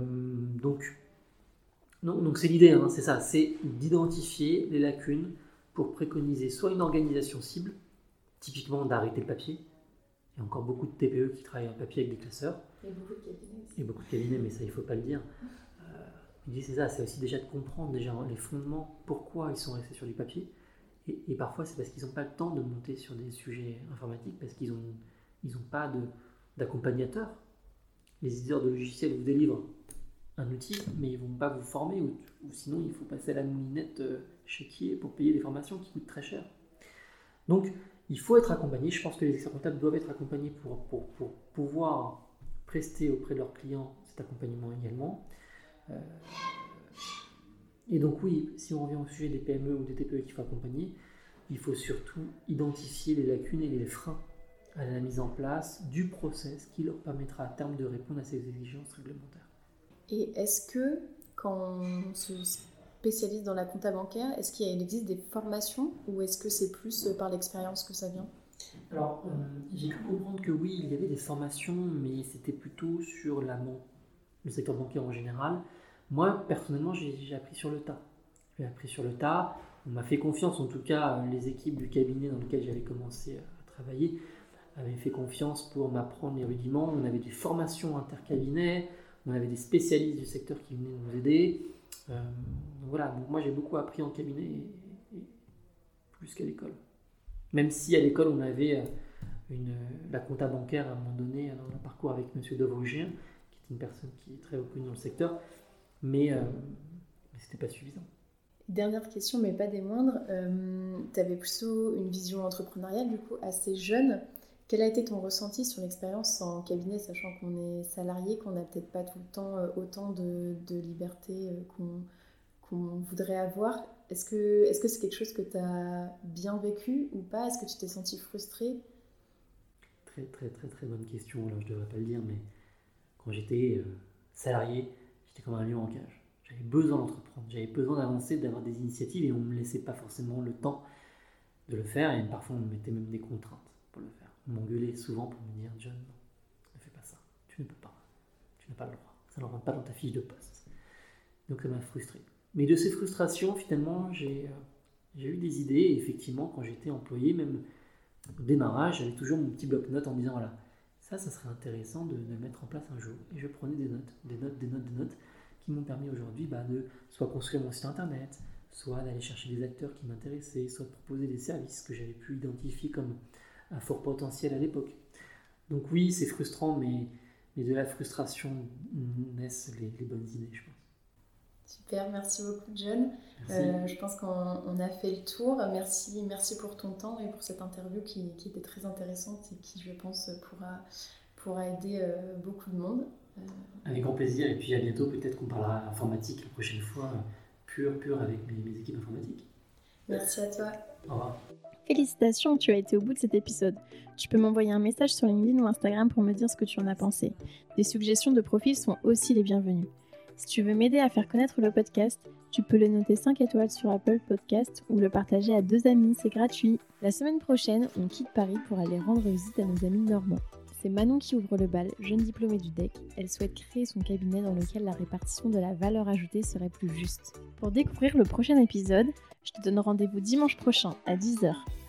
Donc c'est l'idée, c'est ça, c'est d'identifier les lacunes pour préconiser soit une organisation cible, typiquement d'arrêter le papier. Il y a encore beaucoup de TPE qui travaillent en papier avec des classeurs. Et beaucoup de cabinets aussi. Et beaucoup de cabinets, mais ça il ne faut pas le dire. C'est ça, c'est aussi déjà de comprendre déjà les fondements, pourquoi ils sont restés sur du papier. Et parfois c'est parce qu'ils n'ont pas le temps de monter sur des sujets informatiques, parce qu'ils n'ont pas d'accompagnateur. Les éditeurs de logiciels vous délivrent un outil, mais ils ne vont pas vous former, ou sinon il faut passer à la moulinette chéquier pour payer des formations qui coûtent très cher. Donc il faut être accompagné, je pense que les experts comptables doivent être accompagnés pour pouvoir prester auprès de leurs clients cet accompagnement également. Et donc oui, si on revient au sujet des PME ou des TPE qu'il faut accompagner, il faut surtout identifier les lacunes et les freins à la mise en place du process qui leur permettra à terme de répondre à ces exigences réglementaires. Et est-ce que, quand on se spécialise dans la compta bancaire, est-ce qu'il existe des formations ou est-ce que c'est plus par l'expérience que ça vient ? Alors, j'ai pu comprendre que oui, il y avait des formations, mais c'était plutôt sur le secteur bancaire en général. Moi, personnellement, j'ai appris sur le tas. J'ai appris sur le tas. On m'a fait confiance, en tout cas, les équipes du cabinet dans lequel j'avais commencé à travailler avaient fait confiance pour m'apprendre les rudiments. On avait des formations intercabinets, on avait des spécialistes du secteur qui venaient nous aider. Donc moi j'ai beaucoup appris en cabinet et plus qu'à l'école. Même si à l'école on avait la compta bancaire à un moment donné dans un parcours avec M. Devrugien, qui est une personne qui est très reconnue dans le secteur, mais c'était pas suffisant. Dernière question, mais pas des moindres. Tu avais plutôt une vision entrepreneuriale, du coup, assez jeune. Quel a été ton ressenti sur l'expérience en cabinet, sachant qu'on est salarié, qu'on n'a peut-être pas tout le temps autant de liberté qu'on voudrait avoir ? Est-ce que c'est quelque chose que tu as bien vécu ou pas ? Est-ce que tu t'es senti frustré ? Très, très, très, très bonne question. Alors, je ne devrais pas le dire, mais quand j'étais salarié, j'étais comme un lion en cage. J'avais besoin d'entreprendre, j'avais besoin d'avancer, d'avoir des initiatives et on ne me laissait pas forcément le temps de le faire et parfois on me mettait même des contraintes pour le faire. On m'engueulait souvent pour me dire « John, non, ne fais pas ça, tu ne peux pas, tu n'as pas le droit, ça ne rentre pas dans ta fiche de poste. » Donc ça m'a frustré. Mais de ces frustrations, finalement, j'ai eu des idées et effectivement, quand j'étais employé, même au démarrage, j'avais toujours mon petit bloc-notes en me disant « Voilà, ça serait intéressant de le mettre en place un jour. » Et je prenais des notes qui m'ont permis aujourd'hui de soit construire mon site internet, soit d'aller chercher des acteurs qui m'intéressaient, soit de proposer des services que j'avais pu identifier comme un fort potentiel à l'époque. Donc oui, c'est frustrant, mais de la frustration naissent les bonnes idées, je pense. Super, merci beaucoup John. Je pense qu'on a fait le tour. Merci pour ton temps et pour cette interview qui était très intéressante et qui, je pense, pourra aider beaucoup de monde. Avec grand plaisir, et puis à bientôt, peut-être qu'on parlera informatique la prochaine fois, pur avec mes équipes informatiques. Merci à toi. Au revoir. Félicitations, tu as été au bout de cet épisode. Tu peux m'envoyer un message sur LinkedIn ou Instagram pour me dire ce que tu en as pensé. Des suggestions de profils sont aussi les bienvenues. Si tu veux m'aider à faire connaître le podcast, tu peux le noter 5 étoiles sur Apple Podcast ou le partager à 2 amis, c'est gratuit. La semaine prochaine, on quitte Paris pour aller rendre visite à nos amis normands. c'est Manon qui ouvre le bal, jeune diplômée du DEC. Elle souhaite créer son cabinet dans lequel la répartition de la valeur ajoutée serait plus juste. Pour découvrir le prochain épisode, je te donne rendez-vous dimanche prochain à 10h